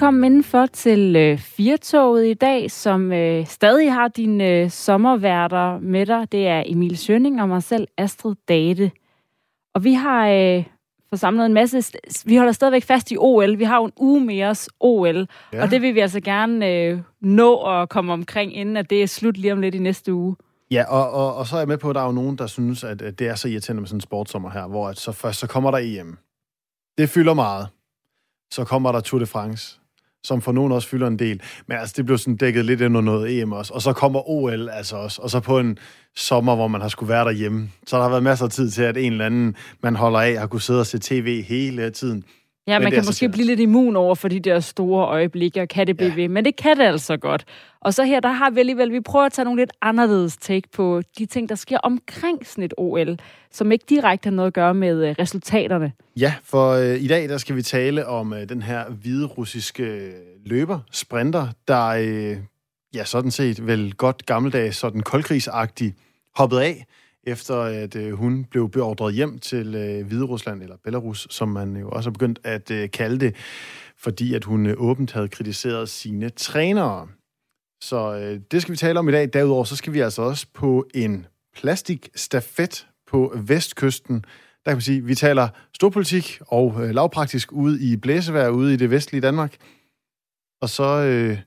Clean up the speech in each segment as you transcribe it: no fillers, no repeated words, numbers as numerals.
Velkommen indenfor til Firtoget i dag, som stadig har dine sommerværter med dig. Det er Emil Schønning og mig selv, Astrid Date. Og vi har forsamlet en masse... Vi holder stadigvæk fast i OL. Vi har jo en uge mere OL, ja. Og det vil vi altså gerne nå at komme omkring, inden at det er slut lige om lidt i næste uge. Ja, og så er jeg med på, at der er jo nogen, der synes, at det er så irriterende med sådan en sportsommer her, hvor at så først så kommer der EM. Det fylder meget. Så kommer der Tour de France, som for nogen også fylder en del. Men altså, det blev sådan dækket lidt ind under noget EM også. Og så kommer OL altså også. Og så på en sommer, hvor man har skulle være derhjemme. Så der har været masser af tid til, at en eller anden, man holder af, har kunne sidde og se tv hele tiden. Ja, man kan måske blive lidt immun over for de der store øjeblikke, og kan det blive ved. Men det kan det altså godt. Og så her, der har vi alligevel, vi prøver at tage nogle lidt anderledes take på de ting, der sker omkring sådan et OL, som ikke direkte har noget at gøre med resultaterne. Ja, for i dag, der skal vi tale om den her hviderussiske løber, sprinter, der sådan set vel godt gammeldags, sådan koldkrigsagtigt hoppede af, efter at hun blev beordret hjem til Hviderusland, eller Belarus, som man jo også har begyndt at kalde det, fordi at hun åbent havde kritiseret sine trænere. Så det skal vi tale om i dag. Derudover så skal vi altså også på en plastikstafet på vestkysten. Der kan man sige, at vi taler storpolitik og lavpraktisk ude i blæsevejr, ude i det vestlige Danmark. Og så,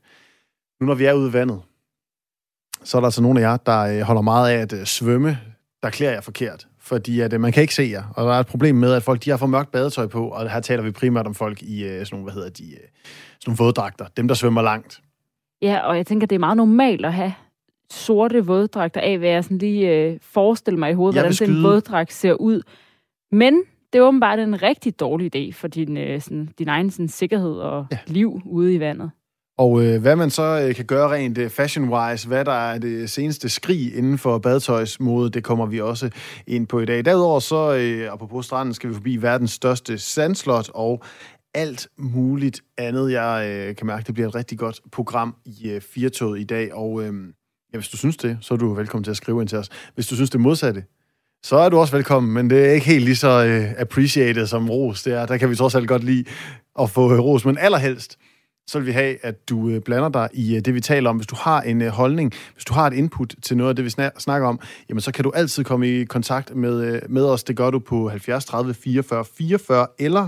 nu når vi er ude i vandet, så er der altså nogle af jer, der holder meget af at svømme. Der klæder jeg forkert, fordi at man kan ikke se jer. Og der er et problem med, at folk de har for mørkt badetøj på, og her taler vi primært om folk i sådan nogle, sådan nogle våddragter. Dem, der svømmer langt. Ja, og jeg tænker, det er meget normalt at have sorte våddragter af, hvad jeg sådan lige forestiller mig i hovedet, hvordan sådan en våddragt ser ud. Men det er åbenbart en rigtig dårlig idé for din egen sådan, sikkerhed og liv ude i vandet. Og hvad man så kan gøre rent fashion-wise, hvad der er det seneste skrig inden for badetøjsmode, det kommer vi også ind på i dag. Derudover så, apropos stranden, skal vi forbi verdens største sandslot og alt muligt andet. Jeg kan mærke, det bliver et rigtig godt program i Firtoget i dag. Og hvis du synes det, så er du velkommen til at skrive ind til os. Hvis du synes det modsatte, så er du også velkommen, men det er ikke helt lige så appreciated som ros. Der kan vi trods alt godt lide at få ros, men allerhelst så vil vi have, at du blander dig i det, vi taler om. Hvis du har en holdning, hvis du har et input til noget af det, vi snakker om, jamen så kan du altid komme i kontakt med os. Det gør du på 70 30 44 44 eller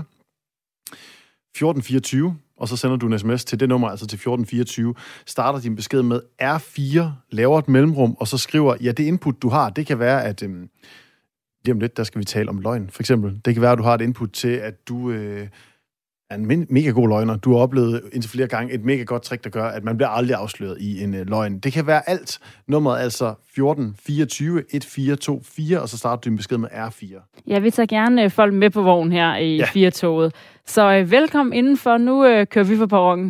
1424, og så sender du en sms til det nummer, altså til 1424. Starter din besked med R4, laver et mellemrum, og så skriver, det input, du har, det kan være, at lige om lidt, der skal vi tale om løgn, for eksempel. Det kan være, at du har et input til, at du er en mega god løgner. Du har oplevet indtil flere gange et mega godt trick, der gør, at man bliver aldrig afsløret i en løgn. Det kan være alt. Nummeret altså 1424 1424, og så starter du din besked med R4. Ja, vi tager gerne folk med på vognen her i Firtoget. Så velkommen indenfor. Nu kører vi på perronen.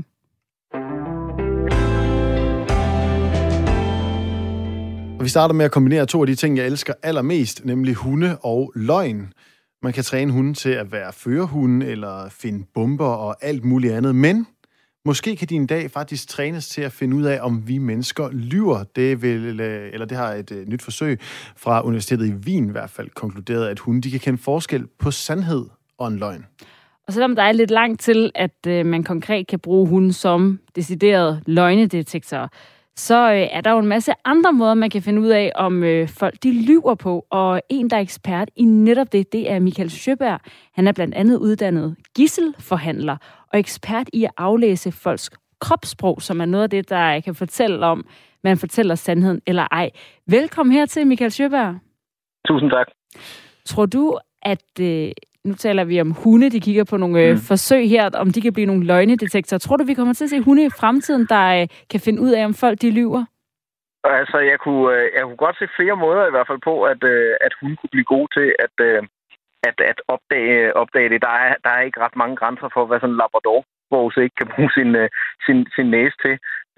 Og vi starter med at kombinere to af de ting, jeg elsker allermest, nemlig hunde og løgn. Man kan træne hunden til at være førerhunde eller finde bomber og alt muligt andet. Men måske kan din dag faktisk trænes til at finde ud af, om vi mennesker lyver. Det har et nyt forsøg fra Universitetet i Wien i hvert fald konkluderet, at hunde de kan kende forskel på sandhed og en løgn. Og selvom der er lidt langt til, at man konkret kan bruge hunden som decideret løgnedetektor, så er der jo en masse andre måder, man kan finde ud af, om folk de lyver på. Og en, der er ekspert i netop det er Michael Sjöberg. Han er blandt andet uddannet gidselforhandler og ekspert i at aflæse folks kropssprog, som er noget af det, der kan fortælle om, man fortæller sandheden eller ej. Velkommen her til Michael Sjöberg. Tusind tak. Tror du, at... Nu taler vi om hunde, de kigger på nogle forsøg her, om de kan blive nogle løgnedetektorer. Tror du, vi kommer til at se hunde i fremtiden, der kan finde ud af, om folk de lyver? Altså, jeg kunne godt se flere måder i hvert fald på, at hunde kunne blive gode til at opdage det. Der er ikke ret mange grænser for, hvad sådan en labrador-våse ikke kan bruge sin næse til.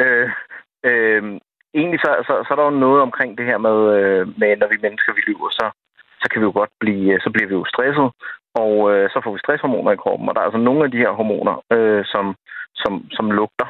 Egentlig så er der jo noget omkring det her med når vi mennesker vi lyver, så kan vi jo godt så bliver vi jo stresset, og så får vi stresshormoner i kroppen, og der er altså nogle af de her hormoner, som lugter,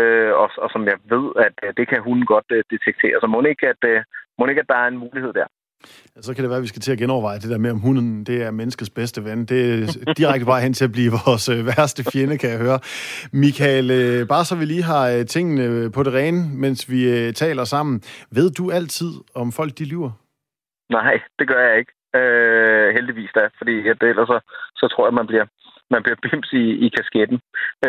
og som jeg ved, at det kan hunden godt detektere. Så må ikke, at der er en mulighed der. Så kan det være, at vi skal til at genoverveje det der med, om hunden det er menneskets bedste ven. Det er direkte bare hen til at blive vores værste fjende, kan jeg høre. Michael, bare så vi lige har tingene på det rene, mens vi taler sammen. Ved du altid, om folk de lyver? Nej, det gør jeg ikke. Heldigvis da, fordi ellers så tror jeg, man bliver bims i kasketten.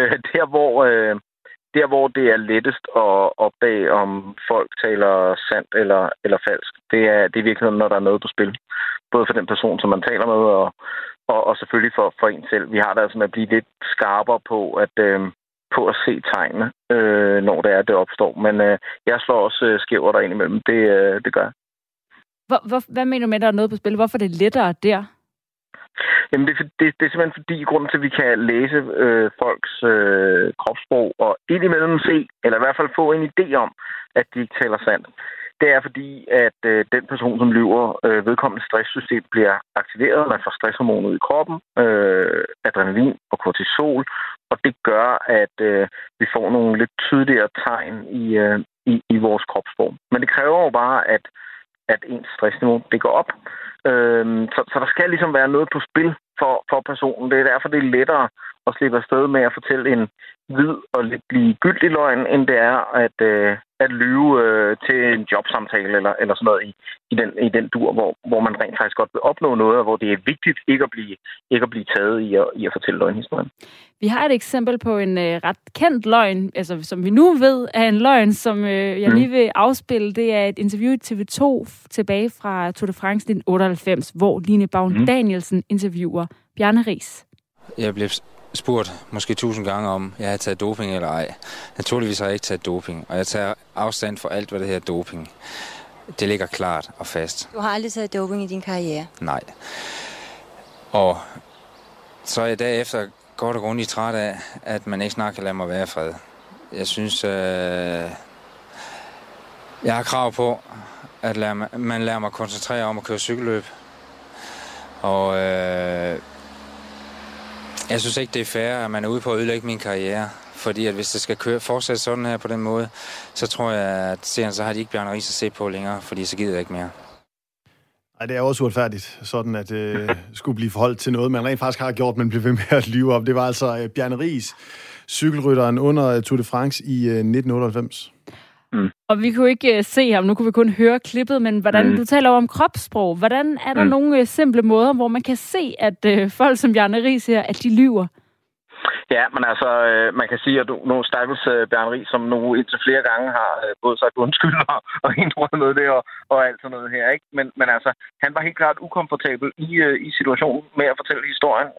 Der, hvor det er lettest at opdage, om folk taler sandt eller falsk, det er virkelig, når der er noget på spil. Både for den person, som man taler med, og selvfølgelig for en selv. Vi har det altså med at blive lidt skarpere på at se tegnene, når det opstår. Men jeg slår også skæver der ind imellem. Det gør jeg. Hvad mener du med, at der er noget på spil? Hvorfor er det lettere der? Jamen, det er simpelthen fordi, grunden til, at vi kan læse folks kropssprog og indimellem se, eller i hvert fald få en idé om, at de ikke taler sandt, det er fordi, at den person, som lyver, vedkommende stresssystem bliver aktiveret. Man får stresshormon ud i kroppen, adrenalin og kortisol, og det gør, at vi får nogle lidt tydeligere tegn i vores kropssprog. Men det kræver jo bare, at ens stressniveau det går op. Så der skal ligesom være noget på spil for personen. Det er derfor, det er lettere at slippe afsted med at fortælle en hvid og lidt ligegyldig løgn, end det er at lyve til en jobsamtale eller sådan noget i den dur, hvor man rent faktisk godt vil opnå noget, og hvor det er vigtigt ikke at blive taget i at fortælle løgnhistorien. Vi har et eksempel på en ret kendt løgn, altså som vi nu ved er en løgn, som jeg lige vil afspille. Det er et interview i TV2 tilbage fra Tour de France 1998, hvor Line Baun Danielsen interviewer Bjarne Riis. Jeg blev spurgt måske 1000 gange om, jeg har taget doping eller ej. Naturligvis har jeg ikke taget doping, og jeg tager afstand for alt, hvad det hedder doping. Det ligger klart og fast. Du har aldrig taget doping i din karriere? Nej. Og så er jeg derefter godt og grundigt træt af, at man ikke snart kan lade mig være i fred. Jeg synes, jeg har krav på, at man lærer mig koncentrere om at køre cykelløb. Og jeg synes ikke, det er fair, at man er ude på at ødelægge min karriere. Fordi at hvis det skal fortsætte sådan her på den måde, så tror jeg, at så har de ikke Bjarne Riis at se på længere, fordi så gider jeg ikke mere. Nej, det er også uretfærdigt, sådan at skulle blive forholdt til noget, man rent faktisk har gjort, men bliver ved med at lyve op. Det var altså Bjarne Riis, cykelrytteren under Tour de France i 1998. Og vi kunne ikke se ham, nu kunne vi kun høre klippet, men hvordan du taler om kropssprog. Hvordan er der nogle simple måder, hvor man kan se, at folk som Bjarne Riis her, at de lyver? Ja, men altså, man kan sige, at nu stakkels Bjarne Riis, som nu indtil flere gange har både sagt undskyld og indrømmet noget der og alt sådan noget her, ikke? Men altså, han var helt klart ukomfortabel i situationen med at fortælle historien.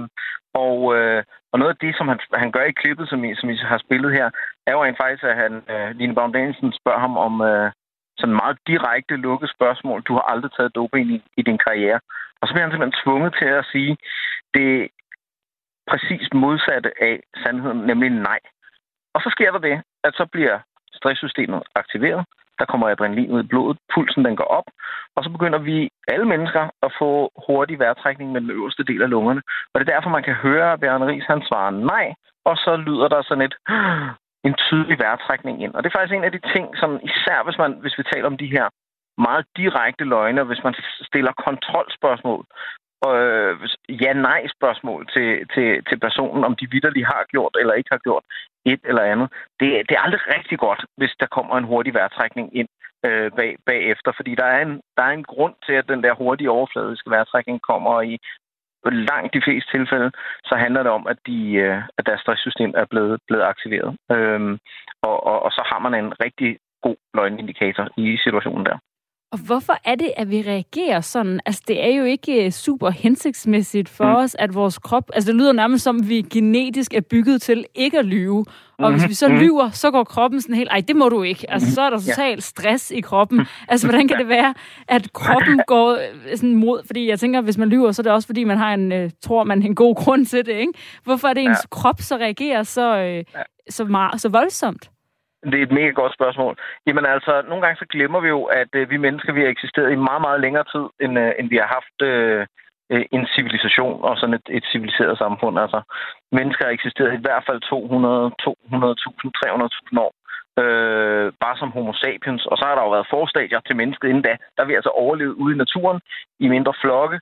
Og noget af det, som han gør i klippet, som I har spillet her, er jo faktisk, at Line Baun Danielsen spørger ham om sådan meget direkte lukket spørgsmål. Du har aldrig taget doping i din karriere. Og så bliver han simpelthen tvunget til at sige, det præcis modsatte af sandheden, nemlig nej. Og så sker der det, at så bliver stresssystemet aktiveret. Der kommer adrenalin ud i blodet, pulsen den går op, og så begynder vi alle mennesker at få hurtig vejrtrækning med den øverste del af lungerne. Og det er derfor, man kan høre, at Bjarne Riis, han svarer nej, og så lyder der sådan en tydelig vejrtrækning ind. Og det er faktisk en af de ting, som især hvis vi taler om de her meget direkte løgne, hvis man stiller kontrolspørgsmål, ja-nej-spørgsmål til personen, om de vitterligt har gjort eller ikke har gjort et eller andet. Det er aldrig rigtig godt, hvis der kommer en hurtig vejrtrækning ind bagefter, fordi der er en grund til, at den der hurtige overfladiske vejrtrækning kommer, og i langt de fleste tilfælde, så handler det om, at deres stresssystem er blevet aktiveret. Og så har man en rigtig god løgnindikator i situationen der. Og hvorfor er det, at vi reagerer sådan? Altså, det er jo ikke super hensigtsmæssigt for os, at vores krop... Altså, det lyder nærmest som, vi genetisk er bygget til ikke at lyve. Og hvis vi så lyver, så går kroppen sådan helt... Ej, det må du ikke. Altså, så er der total stress i kroppen. Altså, hvordan kan det være, at kroppen går sådan mod... Fordi jeg tænker, hvis man lyver, så er det også, fordi man har en god grund til det, ikke? Hvorfor er det, ens krop så reagerer så voldsomt? Det er et mega godt spørgsmål. Jamen altså, nogle gange så glemmer vi jo, at vi mennesker, vi har eksisteret i meget, meget længere tid, end vi har haft en civilisation og sådan et civiliseret samfund. Altså, mennesker har eksisteret i hvert fald 200.000, 300.000 år. bare som homo sapiens. Og så har der jo været forstadier til mennesket inden da. Der har vi altså overlevet ude i naturen i mindre flokke,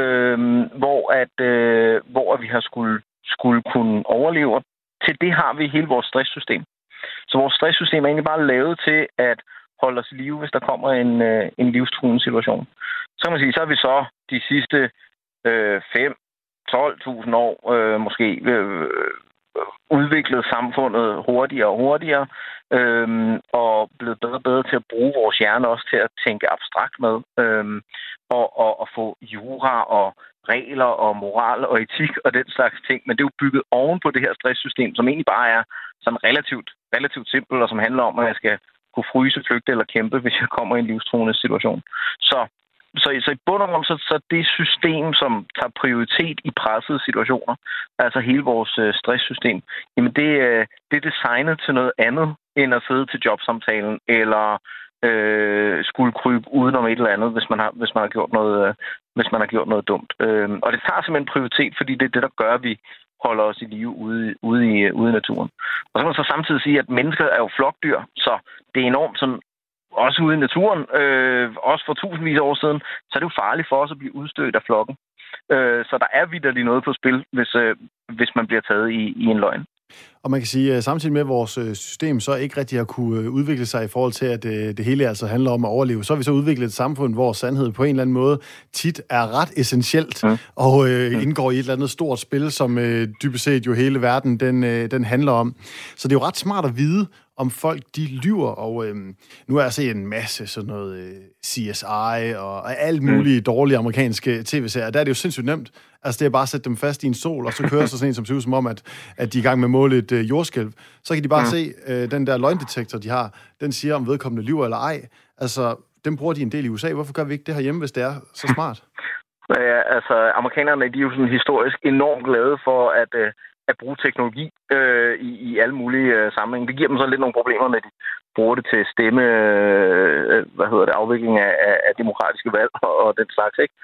hvor vi har skulle kunne overleve. Og til det har vi hele vores stresssystem. Så vores stresssystem er egentlig bare lavet til at holde os i live, hvis der kommer en livstruende situation. Så kan man sige, så har vi så de sidste 5-12.000 år måske udviklet samfundet hurtigere og hurtigere, og blevet bedre og bedre til at bruge vores hjerne også til at tænke abstrakt med, og få jura og regler og moral og etik og den slags ting. Men det er jo bygget oven på det her stresssystem, som egentlig bare er sådan relativt simpelt, og som handler om, at jeg skal kunne fryse, flygte eller kæmpe, hvis jeg kommer i en livstruende situation. Så i bund og grund, så det system, som tager prioritet i pressede situationer, altså hele vores stresssystem, jamen det er designet til noget andet, end at sidde til jobsamtalen, eller skulle krybe udenom et eller andet, hvis man har gjort noget dumt. Og det tager simpelthen prioritet, fordi det er det, der gør, at vi holder os i live ude i naturen. Og så kan man så samtidig sige, at mennesker er jo flokdyr, så det er enormt sådan, også ude i naturen, også for tusindvis af år siden, så er det jo farligt for os at blive udstødt af flokken. Så der er vitterligt noget på spil, hvis man bliver taget i en løgn. Og man kan sige, at samtidig med vores system så ikke rigtig har kunne udvikle sig i forhold til, at det hele altså handler om at overleve, så har vi så udviklet et samfund, hvor sandhed på en eller anden måde tit er ret essentielt, og indgår i et eller andet stort spil, som dybest set jo hele verden den handler om. Så det er jo ret smart at vide, om folk de lyver, og nu har jeg set en masse sådan noget CSI og alt mulige dårlige amerikanske tv-serier. Der er det jo sindssygt nemt. Altså det er bare at sætte dem fast i en sol, og så kører så sådan en, som ser ud som om, at de er i gang med at måle et jordskælv. Så kan de bare se, den der løgndetektor, de har, den siger, om vedkommende lyver eller ej. Altså, dem bruger de en del i USA. Hvorfor gør vi ikke det herhjemme, hvis det er så smart? Ja, altså, amerikanerne, de er jo sådan historisk enormt glade for at bruge teknologi i alle mulige sammenhænge. Det giver dem så lidt nogle problemer, når de bruger det til stemme, afvikling af demokratiske valg og den slags, ikke?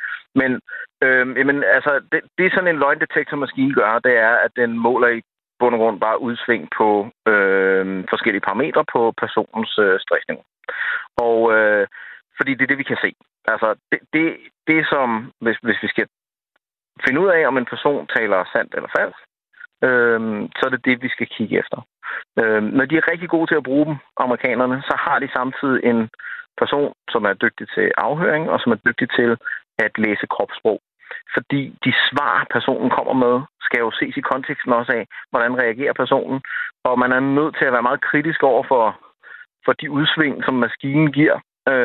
Men altså, det er sådan en løgndetektormaskine gør, det er, at den måler i bund og grund bare udsving på forskellige parametre på personens stressniveau. Og fordi det er det, vi kan se. Altså, det som, hvis vi skal finde ud af, om en person taler sandt eller falsk, så er det det, vi skal kigge efter. Når de er rigtig gode til at bruge dem, amerikanerne, så har de samtidig en person, som er dygtig til afhøring, og som er dygtig til at læse kropssprog. Fordi de svar, personen kommer med, skal jo ses i konteksten også af, hvordan reagerer personen. Og man er nødt til at være meget kritisk over for de udsving, som maskinen giver.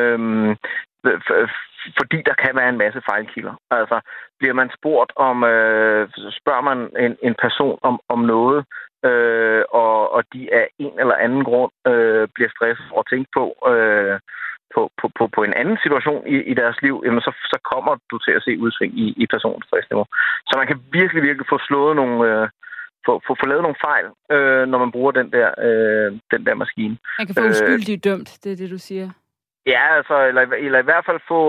Fordi der kan være en masse fejlkilder. Altså, bliver man spurgt om, spørger man en person om noget, og de af en eller anden grund bliver stresset og tænkt på en anden situation i deres liv, jamen så kommer du til at se udsving i personens stressniveau. Så man kan virkelig, virkelig få slået nogle... få lavet nogle fejl, når man bruger den der maskine. Man kan få uskyldigt dømt, det er det, du siger. Ja, altså, eller i hvert fald få...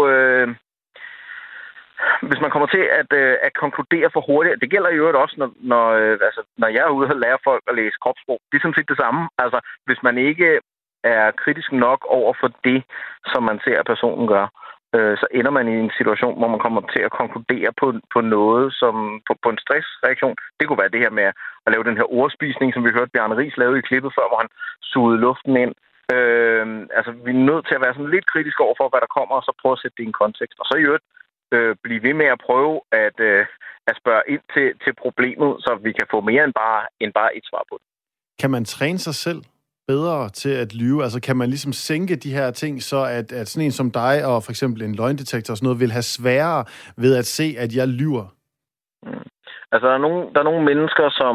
hvis man kommer til at konkludere for hurtigt, det gælder jo også, når jeg er ude og lære folk at læse kropssprog. Det er sådan set det samme. Altså, hvis man ikke er kritisk nok over for det, som man ser, at personen gør, så ender man i en situation, hvor man kommer til at konkludere på noget, som på en stressreaktion. Det kunne være det her med at lave den her ordspisning, som vi hørte Bjarne Riis lave i klippet før, hvor han sugede luften ind. Altså, vi er nødt til at være sådan lidt kritisk over for, hvad der kommer, og så prøve at sætte det i en kontekst. Og så i øvrigt blive ved med at prøve at spørge ind til problemet, så vi kan få mere end bare et svar på det. Kan man træne sig selv bedre til at lyve? Altså kan man ligesom sænke de her ting, så at sådan en som dig og for eksempel en løgndetektor og sådan noget vil have sværere ved at se, at jeg lyver? Altså der er nogle mennesker, som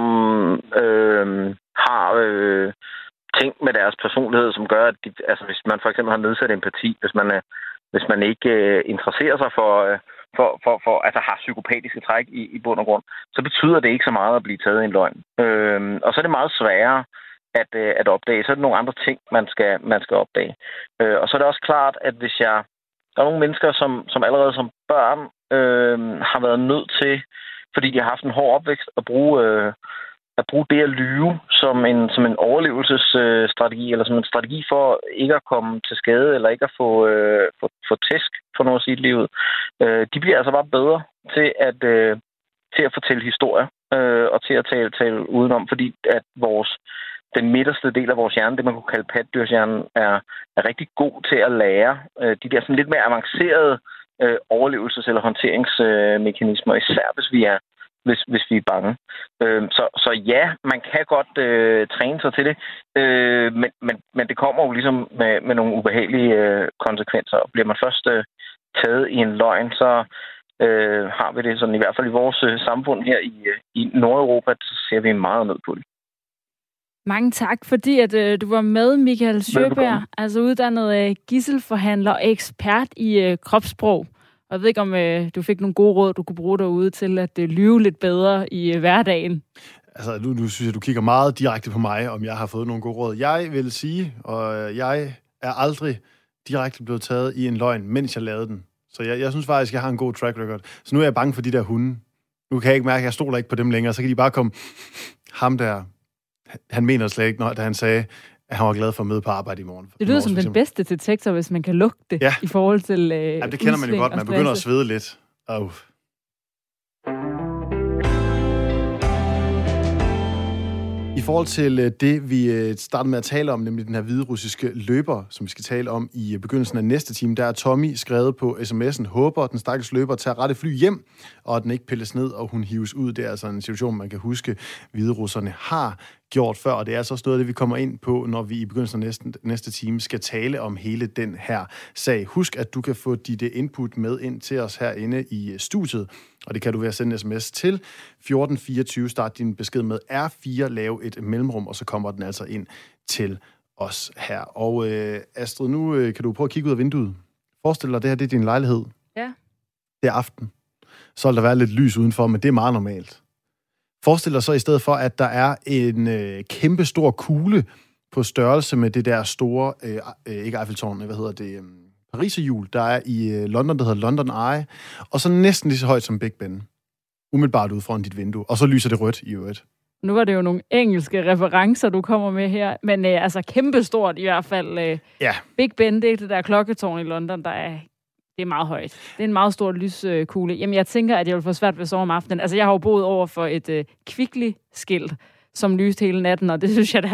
har ting med deres personlighed, som gør, at hvis man for eksempel har nedsat empati, hvis man ikke interesserer sig for altså har psykopatiske træk i bund og grund, så betyder det ikke så meget at blive taget i en løgn. Og så er det meget sværere at opdage. Så er det nogle andre ting, man skal opdage. Og så er det også klart, at hvis der er nogle mennesker, som allerede som børn har været nødt til, fordi de har haft en hård opvækst, at bruge at bruge det at lyve som en overlevelsesstrategi, eller som en strategi for ikke at komme til skade, eller ikke at få tæsk for noget af sit liv. De bliver altså bare bedre til at fortælle historier, og til at tale udenom, fordi at den midterste del af vores hjerne, det man kunne kalde patdyrshjernen, er rigtig god til at lære de der sådan lidt mere avancerede overlevelses- eller håndteringsmekanismer, især hvis vi er bange. Så ja, man kan godt træne sig til det, men det kommer jo ligesom med nogle ubehagelige konsekvenser. Og bliver man først taget i en løgn, så har vi det sådan, i hvert fald i vores samfund her i Nordeuropa, så ser vi meget ned på det. Mange tak, fordi at du var med, Michael Sjöberg, altså uddannet gidselforhandler og ekspert i kropssprog. Og jeg ved ikke, om du fik nogle gode råd, du kunne bruge derude til at lyve lidt bedre i hverdagen. Altså, nu synes jeg, du kigger meget direkte på mig, om jeg har fået nogle gode råd. Jeg vil sige, og jeg er aldrig direkte blevet taget i en løgn, mens jeg lavede den. Så jeg synes faktisk, jeg har en god track record. Så nu er jeg bange for de der hunde. Nu kan jeg ikke mærke, at jeg stoler ikke på dem længere. Så kan de bare komme, ham der, han mener slet ikke, da han sagde, at han var glad for at møde på arbejde i morgen. Det lyder som den bedste detektor, hvis man kan lugte det i forhold til ja, det kender man jo godt. Man begynder at svede lidt. I forhold til det, vi startede med at tale om, nemlig den her hviderussiske løber, som vi skal tale om i begyndelsen af næste time, der er Tommy skrevet på sms'en, håber, at den stakkels løber tager rette fly hjem, og at den ikke pilles ned, og hun hives ud. Det er altså en situation, man kan huske, hviderusserne har gjort før, og det er altså også noget af det, vi kommer ind på, når vi i begyndelsen af næste time skal tale om hele den her sag. Husk, at du kan få dit input med ind til os herinde i studiet, og det kan du ved at sende en sms til 1424. Start din besked med R4, lave et mellemrum, og så kommer den altså ind til os her. Og Astrid, nu kan du prøve at kigge ud af vinduet. Forestil dig, det her det er din lejlighed. Ja. Det er aften. Så vil der være lidt lys udenfor, men det er meget normalt. Forestil dig så i stedet for, at der er en kæmpe stor kugle på størrelse med det der store, ikke Eiffeltårn, hvad hedder det, Pariserhjul, der er i London, der hedder London Eye, og så næsten lige så højt som Big Ben. Umiddelbart ud foran dit vindue, og så lyser det rødt i øvrigt. Nu var det jo nogle engelske referencer, du kommer med her, men altså kæmpestort i hvert fald. Ja. Big Ben, det er det der klokketårn i London, det er meget højt. Det er en meget stor lyskugle. Jamen, jeg tænker, at jeg vil få svært ved at sove om aftenen. Altså, jeg har jo boet over for et Kvickly-skilt, som lyste hele natten, og det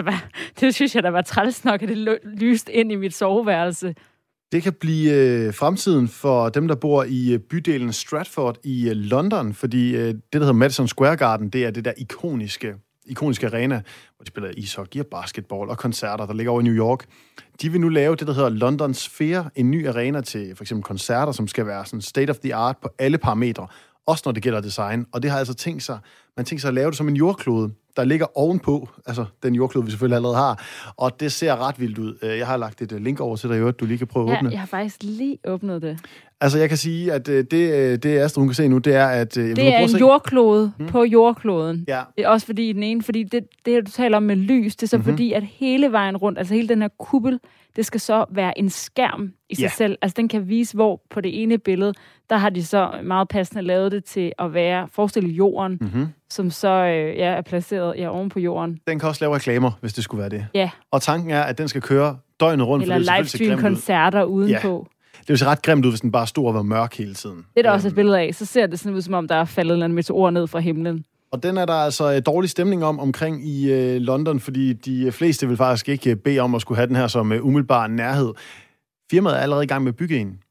synes jeg da var træls nok, at det lyst ind i mit soveværelse. Det kan blive fremtiden for dem, der bor i bydelen Stratford i London, fordi det, der hedder Madison Square Garden, det er det der ikoniske arena, hvor de spiller ishockey og basketball og koncerter, der ligger over i New York. De vil nu lave det, der hedder London Sphere, en ny arena til for eksempel koncerter, som skal være sådan state of the art på alle parametre, også når det gælder design. Og det har altså tænkt sig at lave det som en jordklode, der ligger ovenpå, altså den jordklode, vi selvfølgelig allerede har, og det ser ret vildt ud. Jeg har lagt et link over til dig, at du lige kan prøve at åbne. Ja, jeg har faktisk lige åbnet det. Altså, jeg kan sige, at det Astrid, hun kan se nu, det er, at... Det er en jordklode på jordkloden. Ja. Det er også fordi det du taler om med lys, det er så fordi, at hele vejen rundt, altså hele den her kuppel, det skal så være en skærm i sig selv. Altså, den kan vise, hvor på det ene billede, der har de så meget passende lavet det til at være, forestille jorden, som så er placeret oven på jorden. Den kan også lave reklamer, hvis det skulle være det. Ja. Og tanken er, at den skal køre døgnet rundt. Eller livestream-koncerter udenpå. Det vil se ret grimt ud, hvis den bare stod og var mørk hele tiden. Det er der også et billede af. Så ser det sådan ud, som om der er faldet en meteor ned fra himlen. Og den er der altså dårlig stemning omkring i London, fordi de fleste vil faktisk ikke bede om at skulle have den her som umiddelbar nærhed. Firmaet er allerede i gang med at bygge en.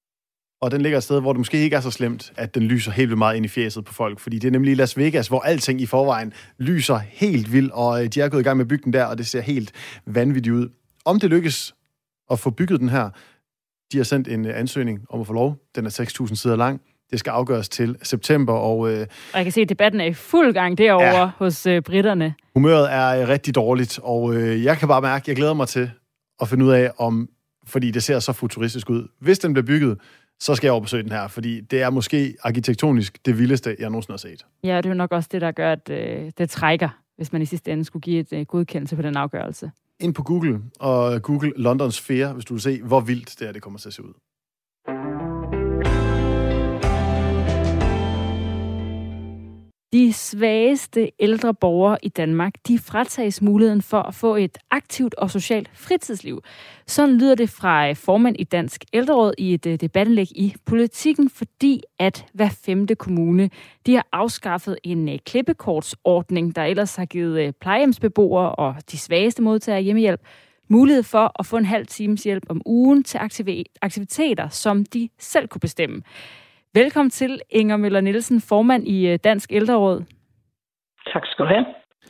Og den ligger et sted, hvor det måske ikke er så slemt, at den lyser helt vildt meget ind i fjeset på folk. Fordi det er nemlig i Las Vegas, hvor alting i forvejen lyser helt vildt, og de er gået i gang med at bygge den der, og det ser helt vanvittigt ud. Om det lykkes at få bygget den her, de har sendt en ansøgning om at få lov. Den er 6.000 sider lang. Det skal afgøres til september. Og jeg kan se, at debatten er i fuld gang derovre hos britterne. Humøret er rigtig dårligt, og jeg kan bare mærke, at jeg glæder mig til at finde ud af, fordi det ser så futuristisk ud. Hvis den bliver bygget, så skal jeg overbesøge den her, fordi det er måske arkitektonisk det vildeste, jeg nogensinde har set. Ja, det er jo nok også det, der gør, at det trækker, hvis man i sidste ende skulle give et godkendelse på den afgørelse. Ind på Google, og Google London Sphere, hvis du vil se, hvor vildt det kommer til at se ud. De svageste ældre borgere i Danmark, de fratages muligheden for at få et aktivt og socialt fritidsliv. Sådan lyder det fra formand i Dansk Ældreråd i et debatindlæg i Politikken, fordi at hver 5. kommune, de har afskaffet en klippekortsordning, der ellers har givet plejehjemsbeboere og de svageste modtagere hjemmehjælp mulighed for at få en halv times hjælp om ugen til aktiviteter, som de selv kunne bestemme. Velkommen til, Inger Møller Nielsen, formand i Dansk Ældreråd. Tak skal du have.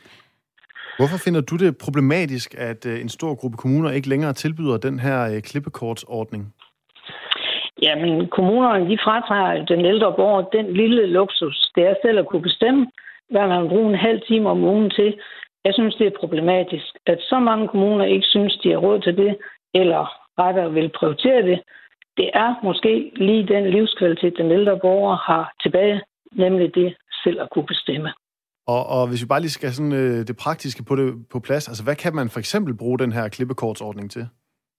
Hvorfor finder du det problematisk, at en stor gruppe kommuner ikke længere tilbyder den her klippekortsordning? Jamen, kommunerne de fratager den ældre borger den lille luksus, det er selv at kunne bestemme, hvad man vil bruge en halv time om ugen til. Jeg synes, det er problematisk, at så mange kommuner ikke synes, de har råd til det, eller rettere vil prioritere det. Det er måske lige den livskvalitet, den ældre borger har tilbage, nemlig det selv at kunne bestemme. Og hvis vi bare lige skal sådan, det praktiske på plads, altså hvad kan man for eksempel bruge den her klippekortsordning til?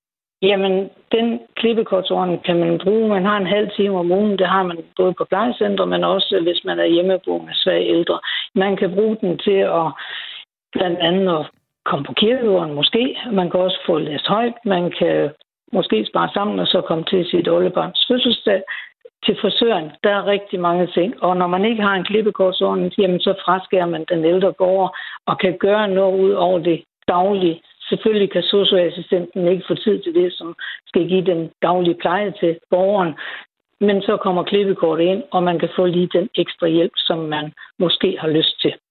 Jamen, den klippekortsordning kan man bruge. Man har en halv time om ugen. Det har man både på plejecentre, men også hvis man er hjemmeboende med svage ældre. Man kan bruge den til at blandt andet at komme på kirkegården måske. Man kan også få læst højt. Man kan måske spare sammen og så komme til sit oldebarns fødselsdag. Til frisøren, der er rigtig mange ting. Og når man ikke har en klippekortsordning, jamen så fraskærer man den ældre borger og kan gøre noget ud over det daglige. Selvfølgelig kan socioassistenten ikke få tid til det, som skal give den daglige pleje til borgeren. Men så kommer klippekortet ind, og man kan få lige den ekstra hjælp, som man måske har lyst til.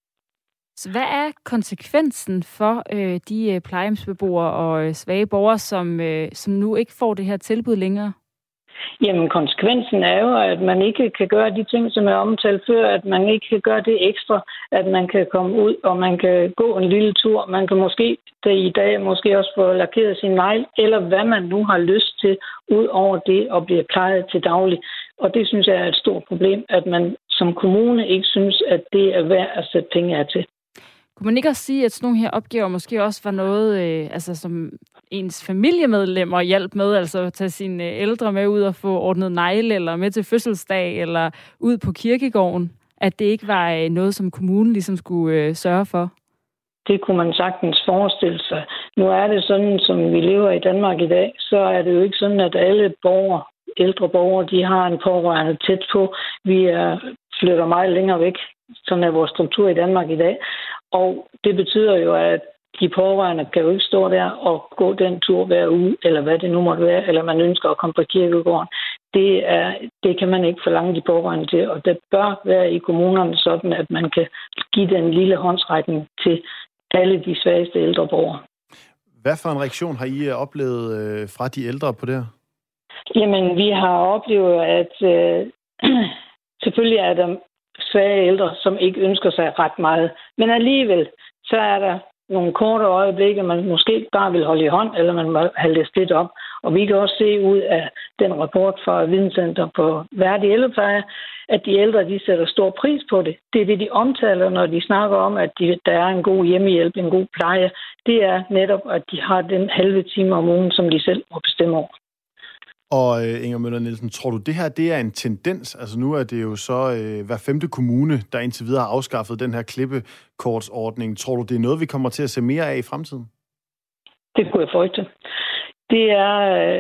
Så hvad er konsekvensen for de plejehjemsbeboere og svage borgere, som nu ikke får det her tilbud længere? Jamen, konsekvensen er jo, at man ikke kan gøre de ting, som er omtalt før, at man ikke kan gøre det ekstra, at man kan komme ud, og man kan gå en lille tur. Man kan måske i dag måske også få lakeret sin negl, eller hvad man nu har lyst til, ud over det at blive plejet til daglig. Og det synes jeg er et stort problem, at man som kommune ikke synes, at det er værd at sætte penge af til. Kunne man ikke også sige, at sådan nogle her opgaver måske også var noget, som ens familiemedlemmer hjalp med, altså at tage sine ældre med ud og få ordnet negle, eller med til fødselsdag, eller ud på kirkegården? At det ikke var noget, som kommunen ligesom skulle sørge for? Det kunne man sagtens forestille sig. Nu er det sådan, som vi lever i Danmark i dag, så er det jo ikke sådan, at alle ældre borgere, de har en pårørende tæt på. Vi flytter meget længere væk. Sådan er vores struktur i Danmark i dag. Og det betyder jo, at de pårørende kan jo ikke stå der og gå den tur hver uge, eller hvad det nu måtte være, eller man ønsker at komme på kirkegården. Det kan man ikke forlange de pårørende til, og det bør være i kommunerne sådan, at man kan give den lille håndsrækning til alle de svageste ældre borgere. Hvad for en reaktion har I oplevet fra de ældre på det her? Jamen, vi har oplevet, at selvfølgelig er der svage ældre, som ikke ønsker sig ret meget. Men alligevel, så er der nogle korte øjeblikke, man måske bare vil holde i hånd, eller man må have læst lidt op. Og vi kan også se ud af den rapport fra Videnscenter på værdig ældrepleje, at de ældre, de sætter stor pris på det. Det er det, de omtaler, når de snakker om, at der er en god hjemmehjælp, en god pleje. Det er netop, at de har den halve time om ugen, som de selv må bestemme over. Og Inger Møller Nielsen, tror du, det her det er en tendens? Altså nu er det jo så hver 5. kommune, der indtil videre har afskaffet den her klippekortsordning. Tror du, det er noget, vi kommer til at se mere af i fremtiden? Det kunne jeg frygte. Det er,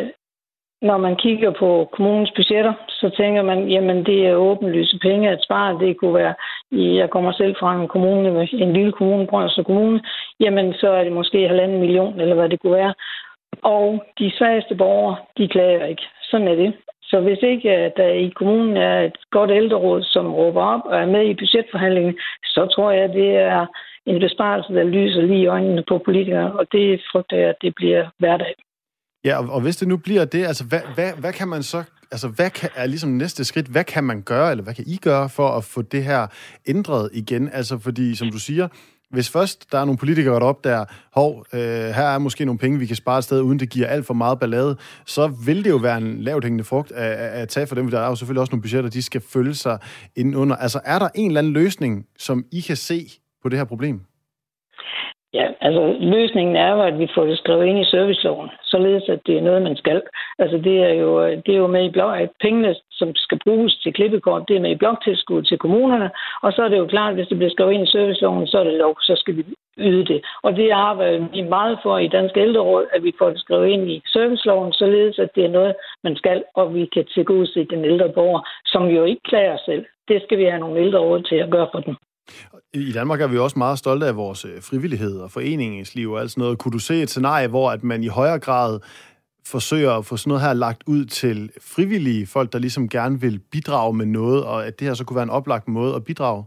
når man kigger på kommunens budgetter, så tænker man, jamen det er åbenlyse penge at spare. Det kunne være, jeg kommer selv fra en kommune, en lille kommune, Brønderslev Kommune, jamen så er det måske 1,5 million, eller hvad det kunne være. Og de svageste borgere, de klager ikke. Sådan er det. Så hvis ikke der i kommunen er et godt ældreråd, som råber op og er med i budgetforhandlingen, så tror jeg, at det er en besparelse, der lyser lige i øjnene på politikere, og det frygter jeg, at det bliver hverdag. Ja, og hvis det nu bliver det, altså hvad kan man så, altså hvad er ligesom næste skridt, hvad kan man gøre, eller hvad kan I gøre for at få det her ændret igen? Altså fordi, som du siger, hvis først der er nogle politikere, der opdager, her er måske nogle penge, vi kan spare et sted, uden det giver alt for meget ballade, så vil det jo være en lavthængende frugt at tage for dem, for der er jo selvfølgelig også nogle budgetter, de skal følge sig indenunder. Altså er der en eller anden løsning, som I kan se på det her problem? Ja, altså løsningen er jo, at vi får det skrevet ind i serviceloven, således at det er noget, man skal. Altså det er jo med i blok, at pengene, som skal bruges til klippekort, det er med i bloktilskud til kommunerne, og så er det jo klart, at hvis det bliver skrevet ind i serviceloven, så er det lov, så skal vi yde det. Og det arbejder vi meget for i Dansk Ældreråd, at vi får det skrevet ind i serviceloven, således at det er noget, man skal, og vi kan tilgodese den ældre borger, som jo ikke klager selv. Det skal vi have nogle ældreråd til at gøre for dem. I Danmark er vi også meget stolte af vores frivillighed og foreningsliv og alt sådan noget. Kunne du se et scenarie, hvor at man i højere grad forsøger at få sådan noget her lagt ud til frivillige folk, der ligesom gerne vil bidrage med noget, og at det her så kunne være en oplagt måde at bidrage?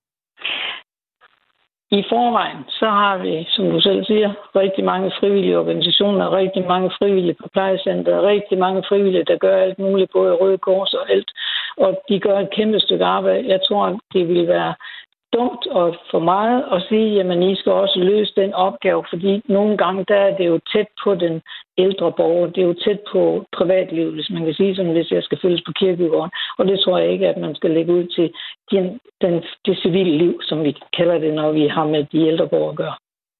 I forvejen, så har vi, som du selv siger, rigtig mange frivillige organisationer, rigtig mange frivillige på plejecenter, rigtig mange frivillige, der gør alt muligt, både Røde Kors og alt, og de gør et kæmpe stykke arbejde. Jeg tror, det vil være dumt og for meget at sige, jamen I skal også løse den opgave, fordi nogle gange der er det jo tæt på den ældre borger, det er jo tæt på privatlivet, hvis man kan sige sådan, hvis jeg skal følges på kirkegården, og det tror jeg ikke, at man skal lægge ud til det civile liv, som vi kalder det, når vi har med de ældre borgere at gøre.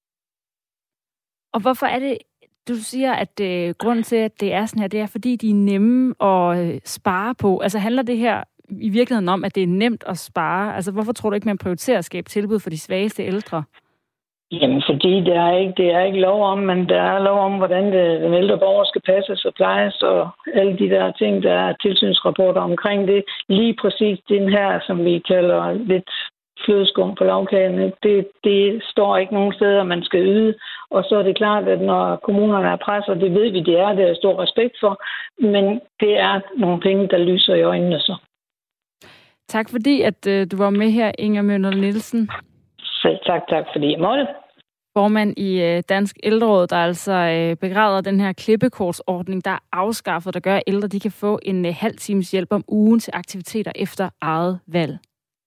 Og hvorfor er det, du siger, at grunden til, at det er sådan her, det er, fordi de er nemme at spare på? Altså handler det her i virkeligheden om, at det er nemt at spare? Altså, hvorfor tror du ikke, man prioriterer at skabe tilbud for de svageste ældre? Jamen, fordi det er ikke lov om, men der er lov om, hvordan den ældre borger skal passes og plejes, og alle de der ting, der er tilsynsrapporter omkring det. Lige præcis den her, som vi kalder lidt flødeskum på lavkagen, det står ikke nogen steder, man skal yde. Og så er det klart, at når kommunerne er presset, det ved vi, det er stor respekt for, men det er nogle penge, der lyser i øjnene så. Tak fordi, at du var med her, Inger Møller Nielsen. Selv tak fordi jeg måtte. Formand i Dansk Ældreråd, der altså begræder den her klippekortsordning, der er afskaffet, der gør, at ældre de kan få en halv times hjælp om ugen til aktiviteter efter eget valg.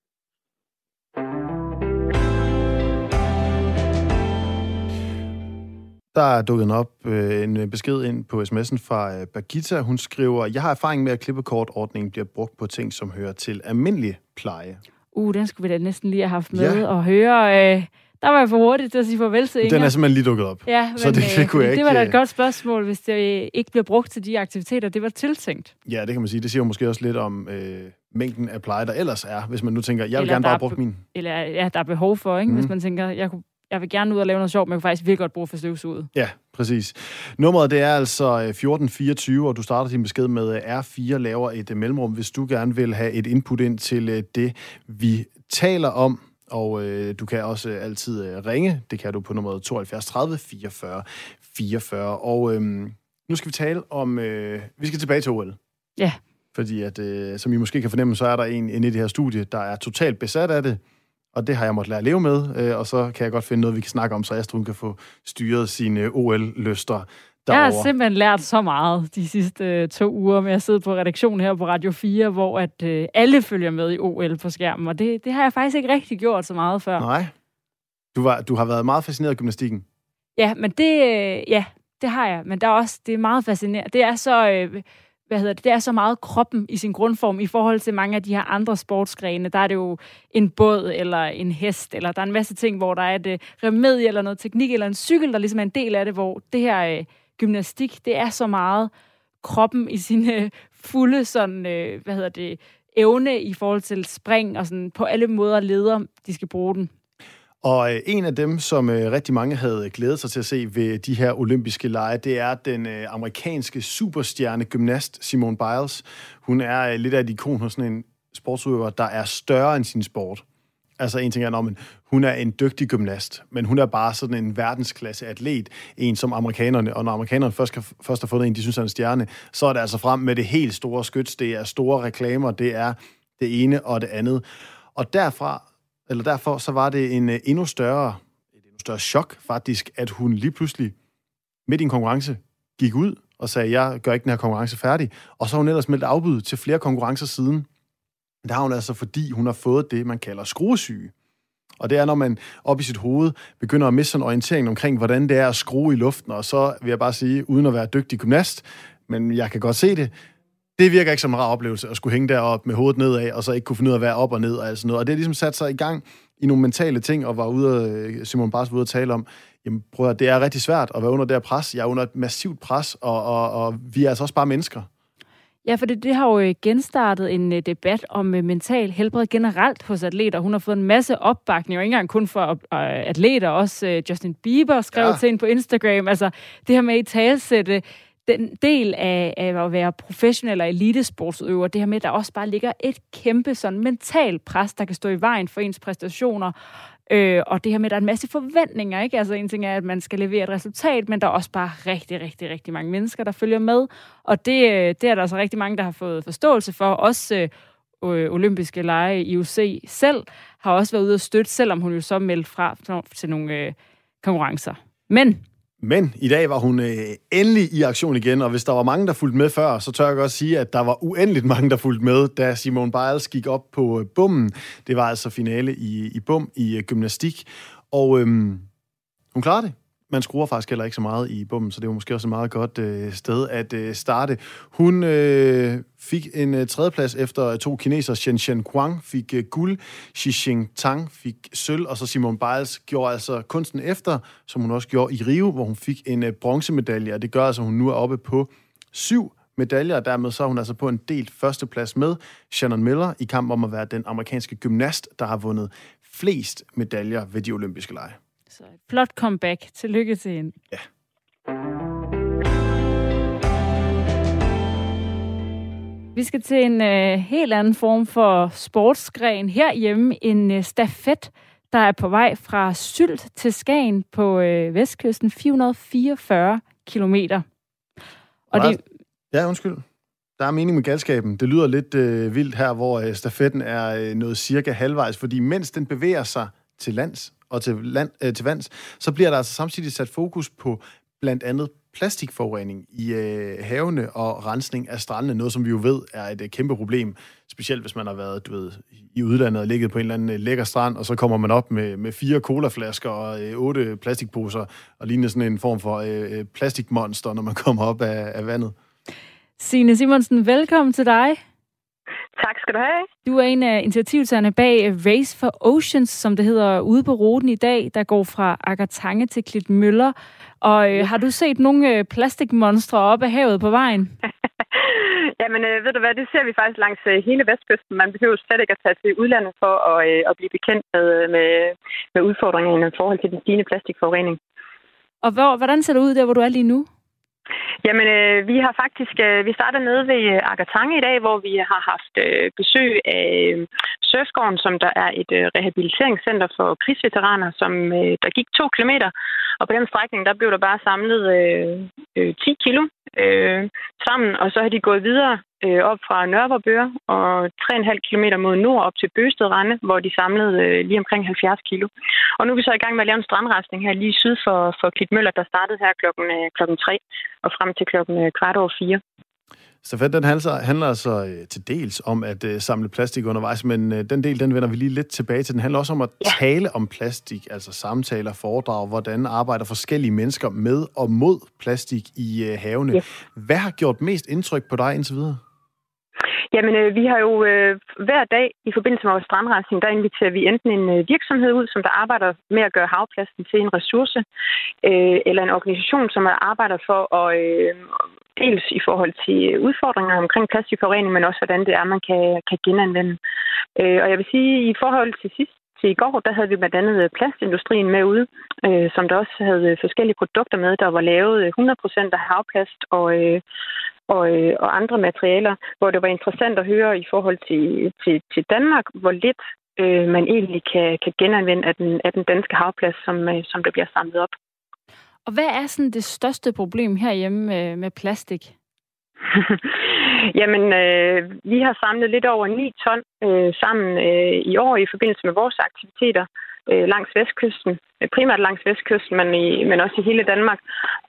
Der er dukket op en besked ind på sms'en fra Birgitta. Hun skriver, jeg har erfaring med, at klippekortordningen bliver brugt på ting, som hører til almindelig pleje. Den skulle vi da næsten lige have haft med og høre. Der var jeg for hurtigt til at sige farvel til Inger. Den er simpelthen lige dukket op. Ja, men så det kunne jeg ikke. Det var da et godt spørgsmål, hvis det ikke bliver brugt til de aktiviteter, det var tiltænkt. Ja, det kan man sige. Det siger jo måske også lidt om mængden af pleje, der ellers er, hvis man nu tænker, jeg vil gerne bare bruge min. Eller ja, der er behov for, ikke? Hvis man tænker, jeg vil gerne ud og lave noget sjovt, men jeg kunne faktisk virkelig godt bruge for støvsuget. Ja, præcis. Nummeret, det er altså 1424, og du starter din besked med R4, laver et mellemrum, hvis du gerne vil have et input ind til det, vi taler om. Og du kan også altid ringe. Det kan du på nummeret 72 30 44 44. Og nu skal vi tale om... vi skal tilbage til OL. Ja. Fordi at, som I måske kan fornemme, så er der en inde i det her studie, der er totalt besat af det. Og det har jeg måttet lære at leve med. Og så kan jeg godt finde noget, vi kan snakke om, så Astrid kan få styret sine OL-lyster derovre. Jeg har simpelthen lært så meget de sidste 2 uger med at sidde på redaktionen her på Radio 4, hvor at alle følger med i OL på skærmen. Og det har jeg faktisk ikke rigtig gjort så meget før. Nej. Du har været meget fascineret af gymnastikken. Ja, men det har jeg. Men det er meget fascinerende. Det er så... det er så meget kroppen i sin grundform i forhold til mange af de her andre sportsgrene. Der er det jo en båd eller en hest, eller der er en masse ting, hvor der er et remedie eller noget teknik, eller en cykel, der ligesom er en del af det, hvor det her gymnastik, det er så meget kroppen i sin fulde sådan, evne i forhold til spring, og sådan på alle måder leder, de skal bruge den. Og en af dem, som rigtig mange havde glædet sig til at se ved de her olympiske lege, det er den amerikanske superstjerne gymnast Simone Biles. Hun er lidt af et ikon hos sådan en sportsudøver, der er større end sin sport. Altså en ting er, at hun er en dygtig gymnast, men hun er bare sådan en verdensklasse atlet, en som amerikanerne. Og når amerikanerne først har fundet en, de synes er en stjerne, så er det altså frem med det helt store skyts. Det er store reklamer, det er det ene og det andet. Og derfor så var det et endnu større chok faktisk, at hun lige pludselig midt i en konkurrence gik ud og sagde, jeg gør ikke den her konkurrence færdig. Og så har hun ellers meldt afbud til flere konkurrencer siden. Det har hun altså, fordi hun har fået det, man kalder skruesyge. Og det er, når man op i sit hoved begynder at miste sådan orientering omkring, hvordan det er at skrue i luften. Og så vil jeg bare sige, uden at være dygtig gymnast, men jeg kan godt se det, Det virker ikke som en rar oplevelse at skulle hænge deroppe med hovedet nedad, og så ikke kunne finde ud af at være op og ned og alt sådan noget. Og det er ligesom sat sig i gang i nogle mentale ting, og Simone Biles var ude at tale om, jamen prøv at det er rigtig svært at være under det her pres. Jeg er under et massivt pres, og vi er altså også bare mennesker. Ja, for det har jo genstartet en debat om mental helbred generelt hos atleter. Hun har fået en masse opbakning, og ikke engang kun for atleter, også Justin Bieber skrev til hende på Instagram. Altså det her med at talsætte den del af at være professionel og elitesportsudøver, det her med, at der også bare ligger et kæmpe sådan mental pres, der kan stå i vejen for ens præstationer. Og det her med, at der er en masse forventninger, ikke? Altså en ting er, at man skal levere et resultat, men der er også bare rigtig, rigtig, rigtig mange mennesker, der følger med. Og det er der altså rigtig mange, der har fået forståelse for. Også olympiske lege i IOC selv har også været ude at støtte, selvom hun jo så meldte fra til nogle konkurrencer. Men i dag var hun endelig i aktion igen, og hvis der var mange, der fulgte med før, så tør jeg godt sige, at der var uendeligt mange, der fulgte med, da Simone Biles gik op på bommen. Det var altså finale i bom i gymnastik, og hun klarede det. Man skruer faktisk heller ikke så meget i bommen, så det var måske også et meget godt sted at starte. Hun fik en tredjeplads efter to kinesere. Shen Kuang fik guld, Xixing Tang fik sølv, og så Simone Biles gjorde altså kunsten efter, som hun også gjorde i Rio, hvor hun fik en bronzemedalje, og det gør altså, at hun nu er oppe på 7 medaljer, og dermed så er hun altså på en delt førsteplads med Shannon Miller i kamp om at være den amerikanske gymnast, der har vundet flest medaljer ved de olympiske lege. Så et flot comeback. Tillykke til hende. Ja. Vi skal til en helt anden form for sportsgren herhjemme. En stafet, der er på vej fra Sylt til Skagen på vestkysten. 444 kilometer. Og det... Ja, undskyld. Der er mening med galskaben. Det lyder lidt vildt her, hvor stafetten er noget cirka halvvejs, fordi mens den bevæger sig til lands og til vands, så bliver der altså samtidig sat fokus på blandt andet plastikforurening i havene og rensning af strandene, noget som vi jo ved er et kæmpe problem, specielt hvis man har været i udlandet og ligget på en eller anden lækker strand, og så kommer man op med 4 colaflasker og 8 plastikposer, og ligner sådan en form for plastikmonster, når man kommer op af vandet. Signe Simonsen, velkommen til dig. Tak skal du have. Du er en af initiativtagerne bag Race for Oceans, som det hedder, ude på ruten i dag, der går fra Aggertange til Klitmøller. Og har du set nogle plastikmonstre op af havet på vejen? Jamen, ved du hvad, det ser vi faktisk langs hele vestkysten. Man behøver slet ikke at tage til udlandet for at blive bekendt med udfordringerne i forhold til den stigende plastikforurening. Og hvordan ser det ud der, hvor du er lige nu? Jamen, vi starter nede ved Aggertange i dag, hvor vi har haft besøg af Surfgården, som der er et rehabiliteringscenter for krigsveteraner, som der gik 2 kilometer. Og på den strækning, der blev der bare samlet 10 kilo sammen, og så har de gået videre op fra Nørrebør og 3,5 kilometer mod nord op til Bøsted Rande, hvor de samlede lige omkring 70 kilo. Og nu er vi så i gang med at lave en strandrejsning her lige syd for Klitmøller, der startede her klokken 3 og frem til klokken 4:15. Stafet, den handler altså til dels om at samle plastik undervejs, men den del, den vender vi lige lidt tilbage til. Den handler også om at tale om plastik, altså samtaler, foredrag, hvordan arbejder forskellige mennesker med og mod plastik i havene. Yes. Hvad har gjort mest indtryk på dig indtil videre? Jamen, vi har jo hver dag i forbindelse med vores strandrejsning, der inviterer vi enten en virksomhed ud, som der arbejder med at gøre havpladsen til en ressource, eller en organisation, som arbejder for at dels i forhold til udfordringer omkring plastikforurening, men også hvordan det er, man kan genanvende. Og jeg vil sige, i forhold til til i går, der havde vi blandt andet plastindustrien med ude, som der også havde forskellige produkter med, der var lavet 100% af havplast og andre materialer, hvor det var interessant at høre i forhold til Danmark, hvor lidt man egentlig kan genanvende af den danske havplads, som der bliver samlet op. Og hvad er sådan det største problem herhjemme med plastik? Jamen, vi har samlet lidt over 9 ton sammen i år i forbindelse med vores aktiviteter langs vestkysten. Primært langs vestkysten, men også i hele Danmark.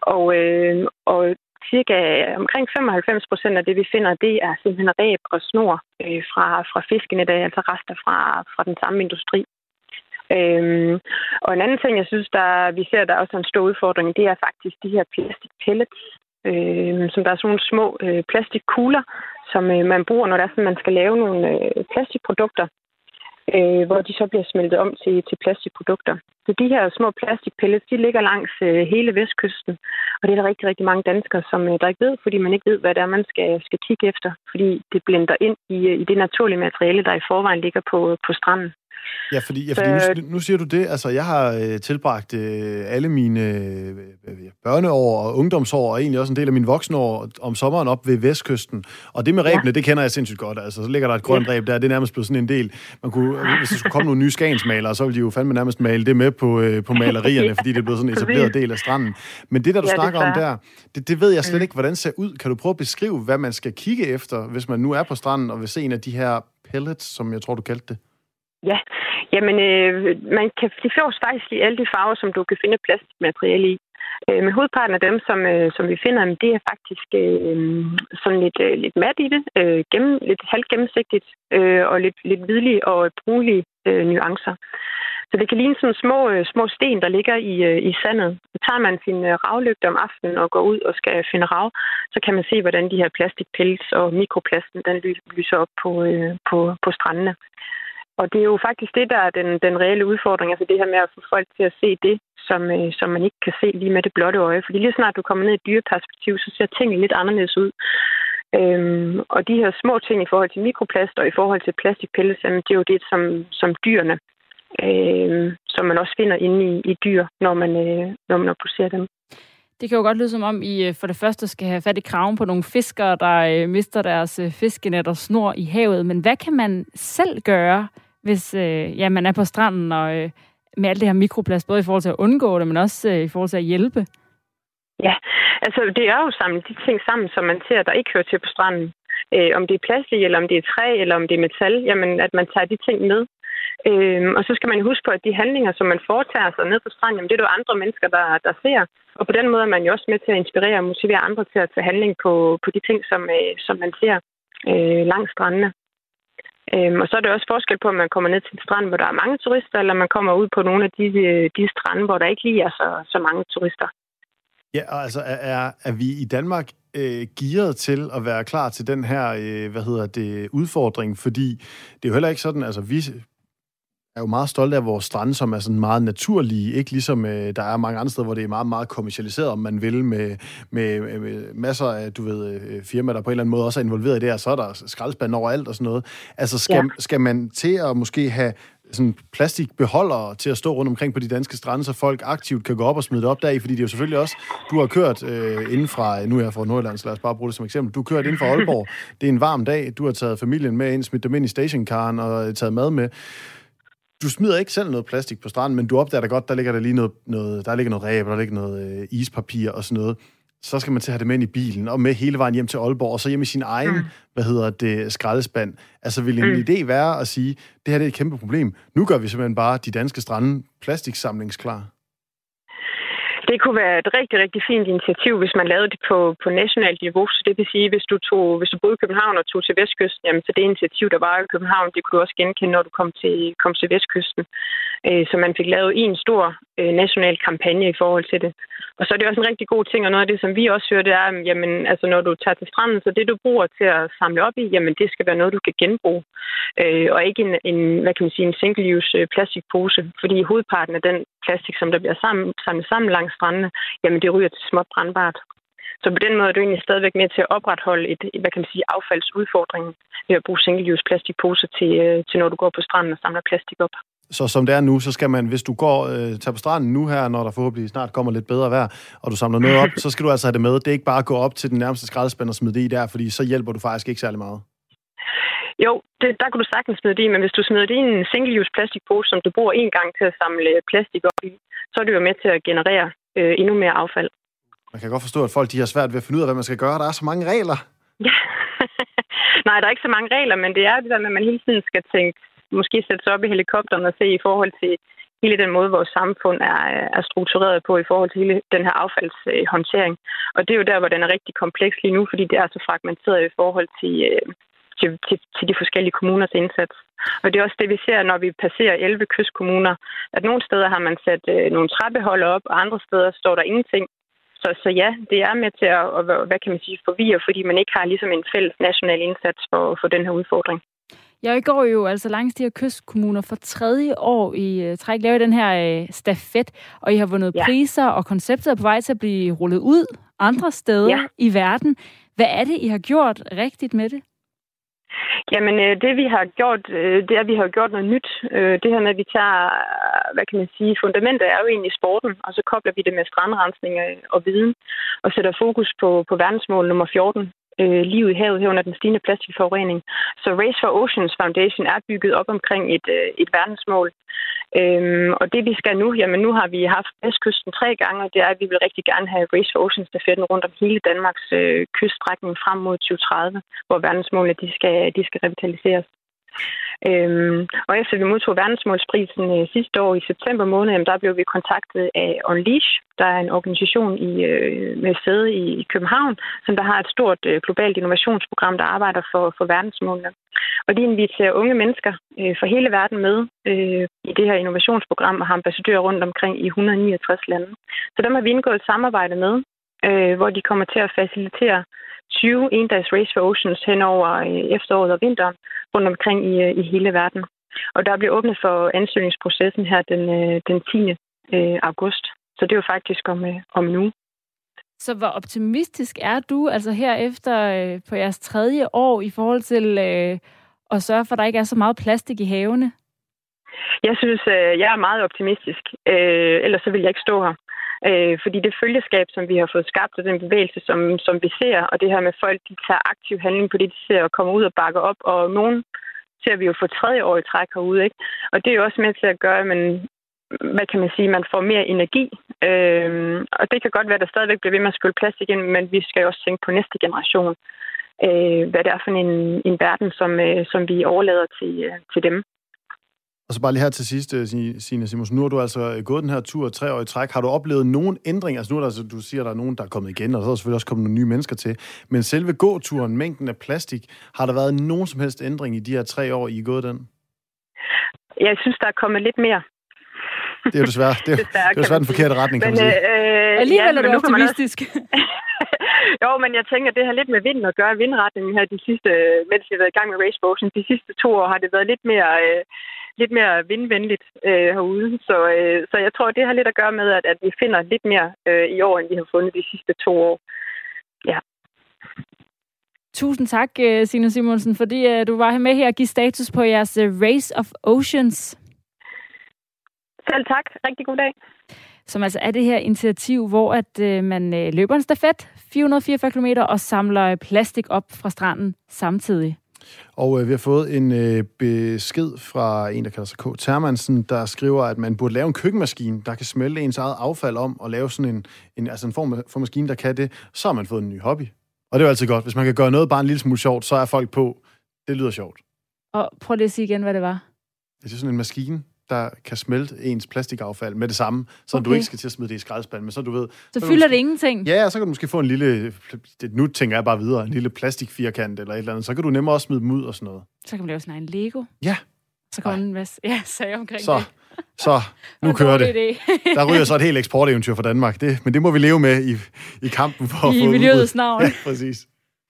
Og cirka omkring 95% af det, vi finder, det er simpelthen reb og snor fra fiskenet, altså rester fra den samme industri. Og en anden ting, jeg synes, vi ser, der er også en stor udfordring, det er faktisk de her plastikpellets, som der er sådan nogle små plastikkugler, som man bruger, når det er sådan, man skal lave nogle plastikprodukter, hvor de så bliver smeltet om til plastikprodukter. Så de her små plastikpellets, de ligger langs hele vestkysten, og det er der rigtig, rigtig mange danskere, som der ikke ved, fordi man ikke ved, hvad det er, man skal kigge efter, fordi det blender ind i det naturlige materiale, der i forvejen ligger på stranden. Ja, fordi nu siger du det. Altså, jeg har tilbragt alle mine børneår og ungdomsår, og egentlig også en del af mine voksenår om sommeren op ved vestkysten. Og det med rebene, det kender jeg sindssygt godt. Altså, så ligger der et grønt reb der, det er nærmest blevet sådan en del. Man kunne, hvis der skulle komme nogle nye skagensmalere, så ville de jo fandme nærmest male det med på malerierne, fordi det er blevet sådan en etableret del af stranden. Men det, der du snakker om der, det ved jeg slet ikke, hvordan det ser ud. Kan du prøve at beskrive, hvad man skal kigge efter, hvis man nu er på stranden og vil se en af de her pellets, som jeg tror, du kaldte det? Ja, jamen de fås faktisk i alle de farver, som du kan finde plastikmateriale i. Men hovedparten af dem, som vi finder, det er faktisk sådan lidt mat i det, lidt halvt gennemsigtigt og lidt hvidlige og brunlige nuancer. Så det kan ligne sådan små sten, der ligger i sandet. Så tager man sin ravlygte om aftenen og går ud og skal finde rav, så kan man se, hvordan de her plastikpels og mikroplasten, den lyser op på strandene. Og det er jo faktisk det, der er den reelle udfordring, altså det her med at få folk til at se det, som man ikke kan se lige med det blotte øje. Fordi lige snart du kommer ned i et dyreperspektiv, så ser tingene lidt anderledes ud. Og de her små ting i forhold til mikroplast og i forhold til plastikpellets, det er jo det, som dyrene, som man også finder inde i dyr, når man obducerer dem. Det kan jo godt lyde som om, I for det første skal have fat i kraven på nogle fiskere, der mister deres fiskenet og snor i havet. Men hvad kan man selv gøre, hvis man er på stranden og med alt det her mikroplast, både i forhold til at undgå det, men også i forhold til at hjælpe? Ja, altså det er jo samlet de ting sammen, som man ser, der ikke hører til på stranden. Om det er plastik, eller om det er træ, eller om det er metal, jamen at man tager de ting med. Og så skal man huske på, at de handlinger, som man foretager sig ned på stranden, jamen, det er jo andre mennesker, der ser. Og på den måde er man jo også med til at inspirere og motivere andre til at tage handling på de ting, som man ser langs strandene. Og så er det også forskel på, om man kommer ned til en strand, hvor der er mange turister, eller man kommer ud på nogle af de strande, hvor der ikke lige er så mange turister. Ja, altså er vi i Danmark gearet til at være klar til den her, udfordring? Fordi det er jo heller ikke sådan, altså vi er jo meget stolte af vores strande, som er sådan meget naturlige, ikke ligesom der er mange andre steder, hvor det er meget, meget kommercialiseret, om man vil, med masser af, firmaer, der på en eller anden måde også er involveret i det her, så er der skraldespand overalt og sådan noget. Altså skal man til at måske have sådan plastikbeholdere til at stå rundt omkring på de danske strande, så folk aktivt kan gå op og smide det op deri, fordi det er jo selvfølgelig også, du har kørt inden fra, nu er jeg fra Nordjylland, så lad os bare bruge det som eksempel, du har kørt inden fra Aalborg, det er en varm dag, du har taget familien med ind, smidt dem ind i stationcaren og taget mad med. Du smider ikke selv noget plastik på stranden, men du opdager da godt, der ligger der lige noget der ligger noget ræb, der ligger noget ispapir og sådan noget. Så skal man til at have det med ind i bilen, og med hele vejen hjem til Aalborg, og så hjem i sin egen, skraldespand. Altså vil en idé være at sige, det her det er et kæmpe problem. Nu gør vi simpelthen bare de danske strande plastiksamlingsklar. Det kunne være et rigtig, rigtig fint initiativ, hvis man lavede det på nationalt niveau. Så det vil sige, hvis du boede i København og tog til Vestkysten, jamen så det initiativ, der var i København, det kunne du også genkende, når du kom til Vestkysten. Så man fik lavet en stor national kampagne i forhold til det. Og så er det også en rigtig god ting, og noget af det, som vi også hører, det er, jamen, altså når du tager til stranden, så det du bruger til at samle op i, jamen det skal være noget, du kan genbruge. Og ikke en single-use plastikpose, fordi hovedparten af den plastik, som der bliver samlet sammen langs strandene, jamen det ryger til småt brandbart. Så på den måde er du egentlig stadigvæk med til at opretholde affaldsudfordring ved at bruge single-use plastikposer til når du går på stranden og samler plastik op. Så som det er nu, så skal man, hvis du tager på stranden nu her, når der forhåbentlig snart kommer lidt bedre vejr, og du samler noget op, så skal du altså have det med. Det er ikke bare at gå op til den nærmeste skraldespand og smide det i der, fordi så hjælper du faktisk ikke særlig meget. Jo, der kan du sagtens smide det i, men hvis du smider det i en single-use plastikpose, som du bruger en gang til at samle plastik op i, så er det jo med til at generere endnu mere affald. Man kan godt forstå, at folk de har svært ved at finde ud af, hvad man skal gøre. Der er så mange regler. Ja. Nej, der er ikke så mange regler, men det er det der med, at man hele tiden skal tænke, måske sætte sig op i helikopteren og se i forhold til hele den måde, vores samfund er struktureret på i forhold til hele den her affaldshåndtering. Og det er jo der, hvor den er rigtig kompleks lige nu, fordi det er så fragmenteret i forhold til de forskellige kommuners indsats. Og det er også det, vi ser, når vi passerer 11 kystkommuner, at nogle steder har man sat nogle træbeholder op, og andre steder står der ingenting. Så ja, det er med til at hvad kan man sige, forvirre, fordi man ikke har ligesom en fælles national indsats for den her udfordring. Ja, i går jo altså langs de her kystkommuner for 3. år i træk lavet den her stafet, og I har vundet priser, og konceptet er på vej til at blive rullet ud andre steder i verden. Hvad er det, I har gjort rigtigt med det? Jamen, det vi har gjort, det er, at vi har gjort noget nyt. Det her med, at vi tager, hvad kan man sige, fundamentet er jo egentlig sporten, og så kobler vi det med strandrensning og viden, og sætter fokus på verdensmål nummer 14. Liv i havet herunder den stigende plastikforurening. Så Race for Oceans Foundation er bygget op omkring et verdensmål. Og det vi skal nu, jamen nu har vi haft Vestkysten 3 gange, og det er, at vi vil rigtig gerne have Race for Oceans-stafetten rundt om hele Danmarks kyststrækning frem mod 2030, hvor verdensmålene de skal revitaliseres. Og efter vi modtog verdensmålsprisen sidste år i september måned, jamen, der blev vi kontaktet af Unleash, der er en organisation med sæde i København, som der har et stort globalt innovationsprogram, der arbejder for verdensmålene. Og de inviterer unge mennesker fra hele verden med i det her innovationsprogram og har ambassadører rundt omkring i 169 lande. Så dem har vi indgået et samarbejde med, hvor de kommer til at facilitere 20 endags Race for Oceans hen over efteråret og vinteren rundt omkring i hele verden. Og der bliver åbnet for ansøgningsprocessen her den 10. august. Så det er jo faktisk om en uge. Så hvor optimistisk er du altså her efter på jeres 3. år i forhold til at sørge for, at der ikke er så meget plastik i havene? Jeg synes, jeg er meget optimistisk. Ellers så vil jeg ikke stå her. Fordi det følgeskab, som vi har fået skabt, og den bevægelse, som vi ser, og det her med folk, de tager aktiv handling på det, de ser, og kommer ud og bakker op, og nogen ser vi jo for 3. år i træk herude, ikke? Og det er jo også med til at gøre, at hvad kan man sige, man får mere energi. Og det kan godt være, at der stadigvæk bliver ved med at skylde plastik ind, men vi skal jo også tænke på næste generation. Hvad det er for en verden, som vi overlader til dem. Og så bare lige her til sidst, Signe Simonsen. Nu har du altså gået den her tur 3 år i træk. Har du oplevet nogen ændringer? Altså nu er der, altså, du siger, at der er nogen, der er kommet igen, og så er der selvfølgelig også kommet nogle nye mennesker til. Men selve gåturen, mængden af plastik, har der været nogen som helst ændring i de her 3 år, I er gået den? Jeg synes, der er kommet lidt mere. Det er jo desværre, det er desværre den forkerte retning, kan man sige. Alligevel er du optimistisk. Jo, men jeg tænker, at det har lidt med vinden at gøre. Vindretningen her de sidste, mens vi har været i gang med Race for Oceans, de sidste 2 år har det været lidt mere vindvenligt herude. Så jeg tror, det har lidt at gøre med, at vi finder lidt mere i år, end vi har fundet de sidste 2 år. Ja. Tusind tak, Signe Simonsen, fordi du var med her og give status på jeres Race of Oceans. Selv tak. Rigtig god dag. Som altså er det her initiativ, hvor at man løber en stafet 444 km og samler plastik op fra stranden samtidig. Og vi har fået en besked fra en, der kalder sig K. Termansen, der skriver, at man burde lave en køkkenmaskine, der kan smelte ens eget affald om og lave sådan en form for maskine, der kan det. Så har man fået en ny hobby. Og det er jo altid godt. Hvis man kan gøre noget bare en lille smule sjovt, så er folk på. Det lyder sjovt. Og prøv lige at sige igen, hvad det var. Det er sådan en maskine, der kan smelte ens plastikaffald med det samme, så du ikke skal til at smide det i skraldespanden. Men så du ved... Så fylder det ingenting? Ja, så kan du måske få en lille... Nu tænker jeg bare videre. En lille plastikfirkant eller et eller andet. Så kan du nemmere også smide dem ud og sådan noget. Så kan man lave sådan en Lego. Ja. Så kommer en masse sager omkring det. Så nu kører det. Der ryger så et helt eksporteventyr for Danmark. Men det må vi leve med i kampen for at få... I miljøets navn. Ja, præcis.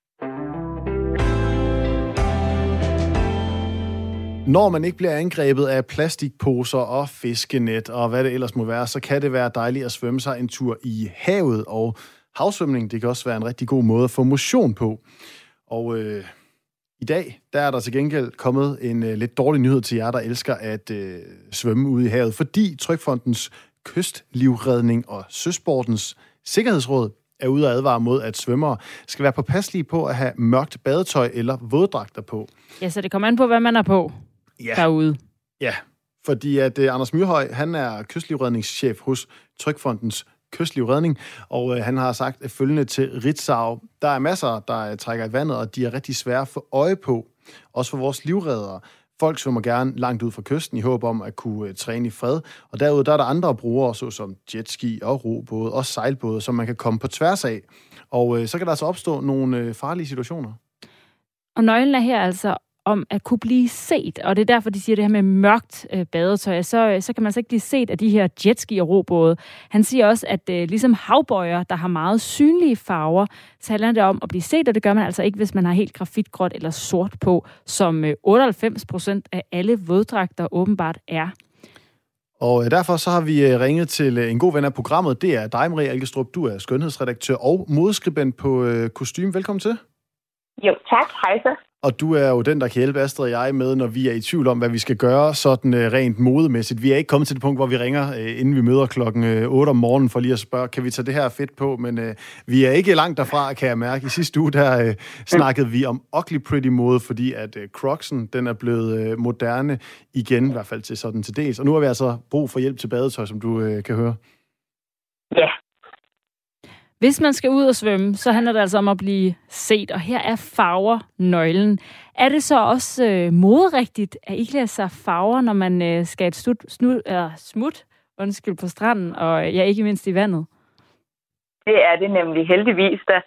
Når man ikke bliver angrebet af plastikposer og fiskenet og hvad det ellers må være, så kan det være dejligt at svømme sig en tur i havet. Og havsvømning, det kan også være en rigtig god måde at få motion på. Og i dag, der er der til gengæld kommet en lidt dårlig nyhed til jer, der elsker at svømme ude i havet, fordi Trygfondens Kystlivredning og Søsportens Sikkerhedsråd er ude at advare mod, at svømmere skal være påpasselige på at have mørkt badetøj eller våddragter på. Ja, så det kommer an på, hvad man er på derude. Ja, fordi at Anders Myrhøj, han er kystlivredningschef hos Trygfondens Kystlivredning, og han har sagt følgende til Ritzau: der er masser, der trækker i vandet, og de er rigtig svære at få øje på, også for vores livreddere. Folk svømmer gerne langt ud fra kysten i håb om at kunne træne i fred, og derude der er der andre brugere, såsom jetski og robåde og sejlbåde, som man kan komme på tværs af. Og så kan der altså opstå nogle farlige situationer. Og nøglen er her altså om at kunne blive set, og det er derfor, de siger det her med mørkt badetøj, så kan man så ikke blive set af de her jetski og robåde. Han siger også, at ligesom havbøjer, der har meget synlige farver, så handler det om at blive set, og det gør man altså ikke, hvis man har helt grafitgråt eller sort på, som 98% af alle våddragter åbenbart er. Og derfor så har vi ringet til en god ven af programmet. Det er dig, Marie Algestrup. Du er skønhedsredaktør og modeskribent på Kostume. Velkommen til. Jo, tak. Hej så. Og du er jo den, der kan hjælpe Astrid og jeg med, når vi er i tvivl om, hvad vi skal gøre sådan rent modemæssigt. Vi er ikke kommet til det punkt, hvor vi ringer, inden vi møder klokken 8 om morgenen, for lige at spørge, kan vi tage det her fedt på? Men vi er ikke langt derfra, kan jeg mærke. I sidste uge, der snakkede vi om ugly pretty mode, fordi at Crocsen, den er blevet moderne igen, i hvert fald til dels. Og nu har vi altså brug for hjælp til badetøj, som du kan høre. Ja. Hvis man skal ud og svømme, så handler det altså om at blive set, og her er farver nøglen. Er det så også moderigtigt at iklæde sig farver, når man skal et smut på stranden, og ikke mindst i vandet? Det er det nemlig heldigvis da.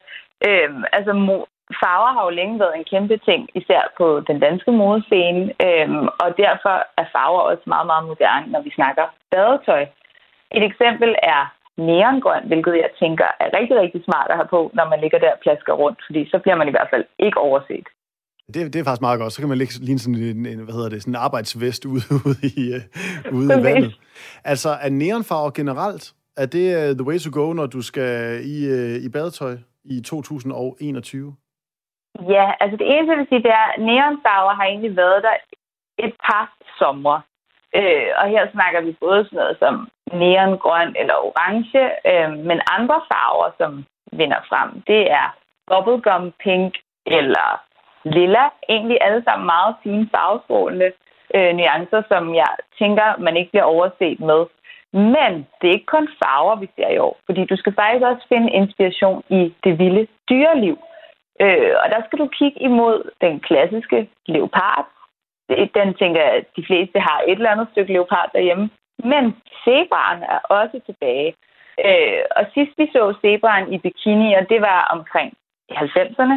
Farver har jo længe været en kæmpe ting, især på den danske modescene, og derfor er farver også meget, meget moderne, når vi snakker badetøj. Et eksempel er neongrøn, hvilket jeg tænker er rigtig, rigtig smart at have på, når man ligger der og plasker rundt, fordi så bliver man i hvert fald ikke overset. Det er faktisk meget godt. Så kan man ligne sådan en arbejdsvest ude i vandet. Altså, er neonfarver generelt, er det the way to go, når du skal i badetøj i 2021? Ja, altså det eneste, jeg vil sige, det er, at neonfarver har egentlig været der et par somre. Og her snakker vi både sådan noget som neongrøn eller orange, men andre farver, som vinder frem, det er bubblegum pink eller lilla. Egentlig alle sammen meget fine farvestrålende nuancer, som jeg tænker, man ikke bliver overset med. Men det er ikke kun farver, vi ser i år, fordi du skal faktisk også finde inspiration i det vilde dyreliv. Og der skal du kigge imod den klassiske leopard. Den tænker jeg, at de fleste har et eller andet stykke leopard derhjemme. Men zebraen er også tilbage. Og sidst vi så zebraen i bikini, og det var omkring 90'erne.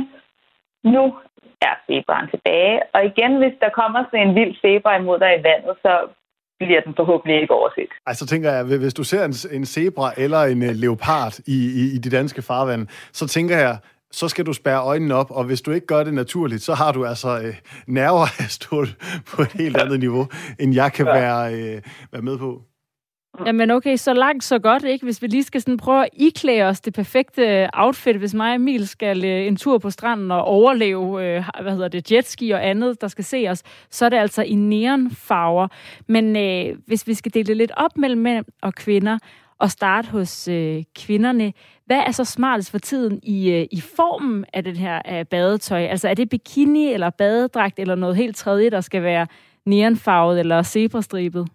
Nu er zebraen tilbage. Og igen, hvis der kommer sådan en vild zebra imod dig i vandet, så bliver den forhåbentlig ikke overset. Altså tænker jeg, hvis du ser en zebra eller en leopard i de danske farvande, så tænker jeg, så skal du spærre øjnene op, og hvis du ikke gør det naturligt, så har du altså nerver at stå på et helt andet niveau, end jeg kan være med på. Jamen okay, så langt, så godt, ikke? Hvis vi lige skal sådan prøve at iklæde os det perfekte outfit, hvis mig og Emil skal en tur på stranden og overleve, jetski og andet, der skal se os, så er det altså i neonfarver. Men hvis vi skal dele det lidt op mellem mænd og kvinder, og starte hos kvinderne, hvad er så smartest for tiden i formen af den her badetøj? Altså er det bikini eller badedragt eller noget helt tredje, der skal være neonfarvet eller zebrastribet?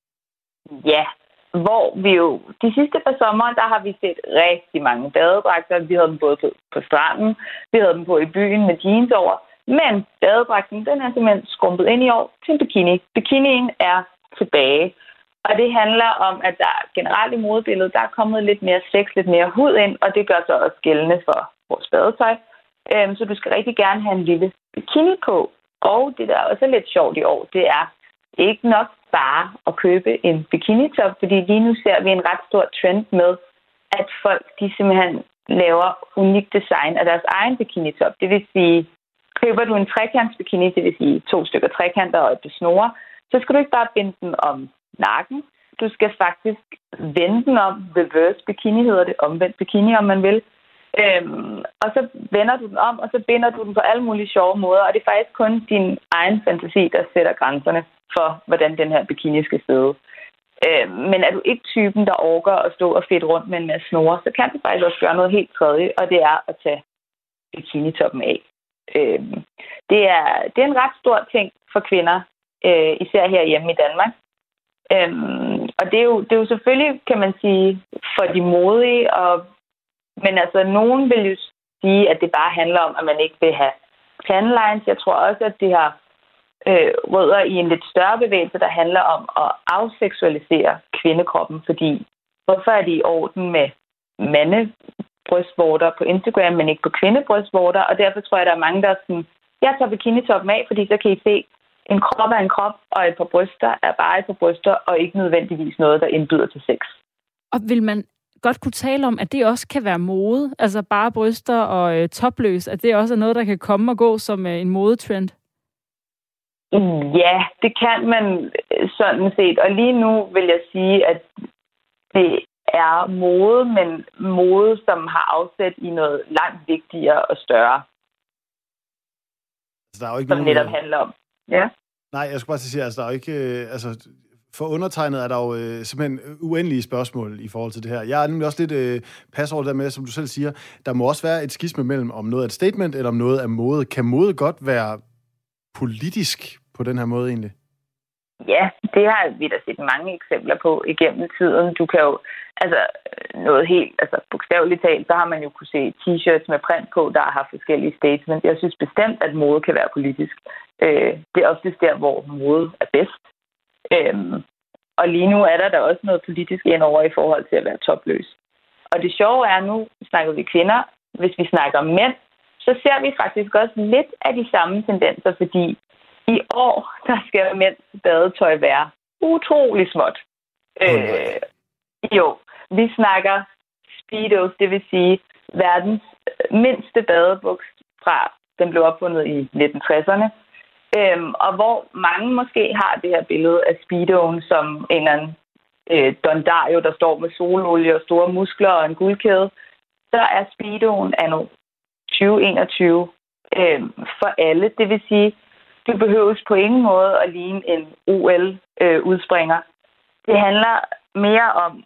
Ja, hvor vi jo de sidste par sommer, der har vi set rigtig mange badedragter. Vi havde dem både på stranden, vi havde dem på i byen med jeans over. Men badedragten, den er simpelthen skrumpet ind i år til en bikini. Bikinien er tilbage. Og det handler om, at der generelt i modebilledet, der er kommet lidt mere sex, lidt mere hud ind, og det gør så også gældende for vores badetøj. Så du skal rigtig gerne have en lille bikini på. Og det, der også er lidt sjovt i år, det er ikke nok bare at købe en bikinitop, fordi lige nu ser vi en ret stor trend med, at folk de simpelthen laver unik design af deres egen bikinitop. Det vil sige, køber du en trekantsbikini, det vil sige 2 stykker trekanter og et snore, så skal du ikke bare binde den om nakken. Du skal faktisk vende den om, reverse bikini hedder det, omvendt bikini, om man vil. Og så vender du den om, og så binder du den på alle mulige sjove måder, og det er faktisk kun din egen fantasi, der sætter grænserne for, hvordan den her bikini skal sidde. Men er du ikke typen, der orker at stå og fedte rundt med en masse snore, så kan du faktisk også gøre noget helt tredje, og det er at tage bikinitoppen af. Det er en ret stor ting for kvinder, især herhjemme i Danmark. Og det er jo selvfølgelig, kan man sige, for de modige, men altså nogen vil jo sige, at det bare handler om, at man ikke vil have tanlines. Jeg tror også, at det har rødder i en lidt større bevægelse, der handler om at afseksualisere kvindekroppen, fordi hvorfor er det i orden med mandebrystvorter på Instagram, men ikke på kvindebrystvorter, og derfor tror jeg, at der er mange, der er sådan, Jeg tager bikinitoppen af, fordi så kan I se, en krop er en krop, og et par bryster er bare et par bryster, og ikke nødvendigvis noget, der indbyder til sex. Og vil man godt kunne tale om, at det også kan være mode? Altså bare bryster og topløs, at det også er noget, der kan komme og gå som en modetrend? Ja, det kan man sådan set. Og lige nu vil jeg sige, at det er mode, men mode, som har afsæt i noget langt vigtigere og større. Altså, der er jo ikke som nogen, netop handler om. Ja. Nej, jeg skulle bare sige, altså, der er jo ikke... for undertegnet er der jo simpelthen uendelige spørgsmål i forhold til det her. Jeg er nemlig også lidt pas over det der med, som du selv siger, der må også være et skisme mellem, om noget er et statement, eller om noget er mode. Kan mode godt være politisk på den her måde egentlig? Ja, det har vi da set mange eksempler på igennem tiden. Du kan jo, noget helt, bogstaveligt talt, så har man jo kunne se t-shirts med print på, der har forskellige statements. Jeg synes bestemt, at mode kan være politisk. Det er oftest der, hvor mode er bedst. Og lige nu er der også noget politisk indover i forhold til at være topløs. Og det sjove er, nu snakker vi kvinder. Hvis vi snakker mænd, så ser vi faktisk også lidt af de samme tendenser, fordi i år, der skal mænds badetøj være utrolig småt. Vi snakker Speedos, det vil sige verdens mindste badebuks fra, den blev opfundet i 1960'erne. Og hvor mange måske har det her billede af Speedoen som en eller anden Don Dario, der står med sololie og store muskler og en guldkæde, så er Speedoen anno 2021 for alle. Det vil sige, du behøves på ingen måde at ligne en OL-udspringer. Det handler mere om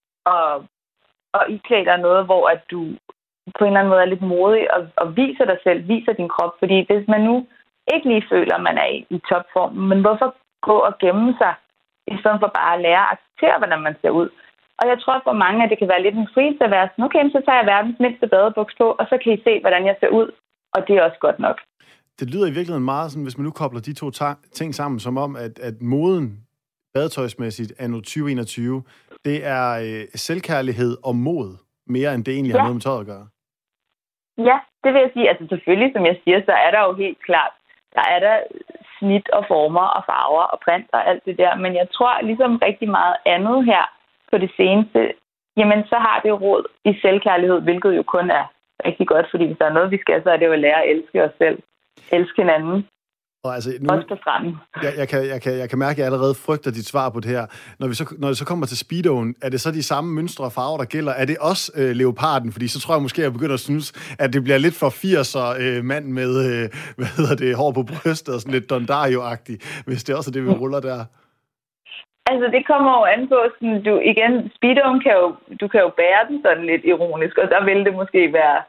at iklæde dig noget, hvor at du på en eller anden måde er lidt modig og viser dig selv, viser din krop. Fordi hvis man nu ikke lige føler, at man er i topform, men hvorfor gå og gemme sig, i stedet for bare at lære at acceptere, hvordan man ser ud. Og jeg tror for mange, at det kan være lidt en freeze at være sådan, okay, så tager jeg verdens mindste badebuks på, og så kan I se, hvordan jeg ser ud. Og det er også godt nok. Det lyder i virkeligheden meget sådan, hvis man nu kobler de to ting sammen, som om, at moden badetøjsmæssigt anno 2021, det er selvkærlighed og mod, mere end det egentlig har noget med tøjet at gøre. Ja, det vil jeg sige. Altså selvfølgelig, som jeg siger, så er der jo helt klart, der er der snit og former og farver og print og alt det der. Men jeg tror ligesom rigtig meget andet her på det seneste, jamen så har det råd i selvkærlighed, hvilket jo kun er rigtig godt, fordi hvis der er noget, vi skal, så er det jo at lære at elske os selv. Elske hinanden. Og altså, også på stranden. Jeg kan mærke, at jeg allerede frygter dit svar på det her. Når det så kommer til Speedoen, er det så de samme mønstre og farver, der gælder? Er det også leoparden? Fordi så tror jeg måske, at jeg begynder at synes, at det bliver lidt for 80'er mand med, hår på brystet og sådan lidt Don Dario-agtigt, hvis det også er det, vi ruller der. Altså, det kommer jo an på, sådan, Speedoen du kan jo bære den sådan lidt ironisk, og der vil det måske være,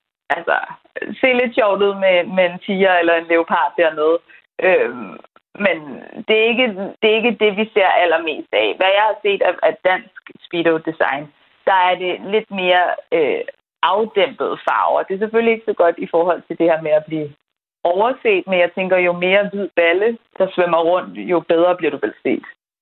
se lidt sjovt ud med en tiger eller en leopard dernede. Men det er ikke det, vi ser allermest af. Hvad jeg har set af dansk Speedo-design, der er det lidt mere afdæmpede farver. Det er selvfølgelig ikke så godt i forhold til det her med at blive overset, men jeg tænker, jo mere hvid balle, der svømmer rundt, jo bedre bliver du vel set.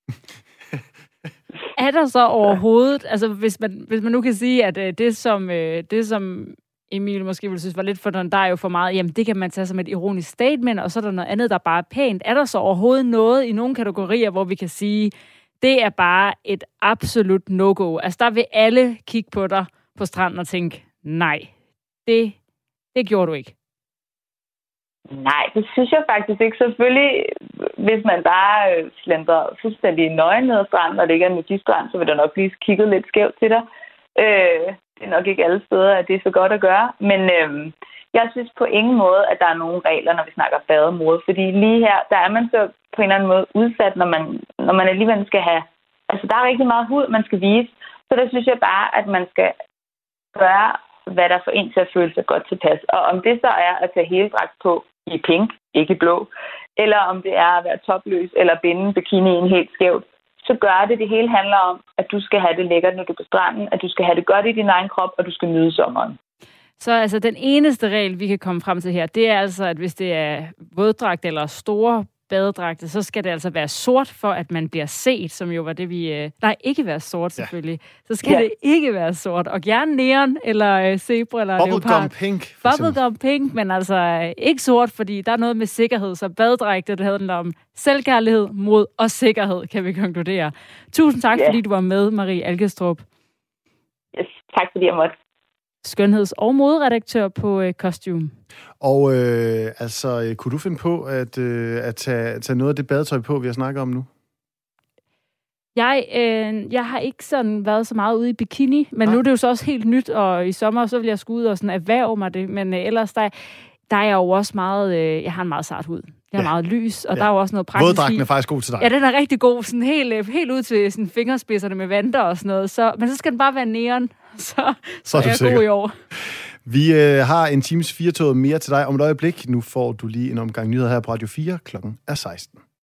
Er der så overhovedet, altså hvis man nu kan sige, at det som Emil måske ville synes var lidt for Don Dario for meget, jamen det kan man tage som et ironisk statement, og så er der noget andet, der bare er pænt. Er der så overhovedet noget i nogle kategorier, hvor vi kan sige, det er bare et absolut no-go? Altså der vil alle kigge på dig på stranden og tænke, nej, det gjorde du ikke. Nej, det synes jeg faktisk ikke. Selvfølgelig, hvis man bare slendrer fuldstændig nøgen ned ad stranden, og det ikke er en nudiststrand, så vil der nok blive kigget lidt skævt til dig. Det er nok ikke alle steder, at det er så godt at gøre. Men jeg synes på ingen måde, at der er nogen regler, når vi snakker bademode. Fordi lige her, der er man så på en eller anden måde udsat, når man alligevel skal have... Altså, der er rigtig meget hud, man skal vise. Så der synes jeg bare, at man skal gøre, hvad der får en til at føle sig godt tilpas. Og om det så er at tage heldragt på i pink, ikke blå, eller om det er at være topløs, eller binde bikinien helt skævt, så gør det. Det hele handler om, at du skal have det lækkert, når du er på stranden, at du skal have det godt i din egen krop, og du skal nyde sommeren. Så altså den eneste regel, vi kan komme frem til her, det er altså, at hvis det er våddragt eller store badedragter, så skal det altså være sort for, at man bliver set, som jo var det, vi... Nej, ikke være sort, selvfølgelig. Så skal det ikke være sort. Og gerne neon, eller zebra, eller leopard. Bubblegum pink. Bubblegum pink, men altså ikke sort, fordi der er noget med sikkerhed. Så badedragter, det handler om selvkærlighed, mod og sikkerhed, kan vi konkludere. Tusind tak, fordi du var med, Marie Alkestrup. Yes, tak fordi jeg måtte. Skønheds- og moderedaktør på Costume. Og kunne du finde på at tage noget af det badetøj på, vi har snakket om nu? Jeg har ikke sådan været så meget ude i bikini, men nu er det jo så også helt nyt, og i sommer så vil jeg skulle ud og sådan erhverve mig det. Men ellers, der er jeg jo også meget... jeg har en meget sart hud. Jeg har meget lys, og der er jo også noget praktisk. Våddragten er faktisk god til dig. Ja, den er rigtig god. Sådan helt ud til sådan fingerspidserne med vanter og sådan noget. Men så skal den bare være neon, så er jeg god i år. Vi har en times 4-toget mere til dig om et øjeblik. Nu får du lige en omgang nyheder her på Radio 4. Klokken er 16.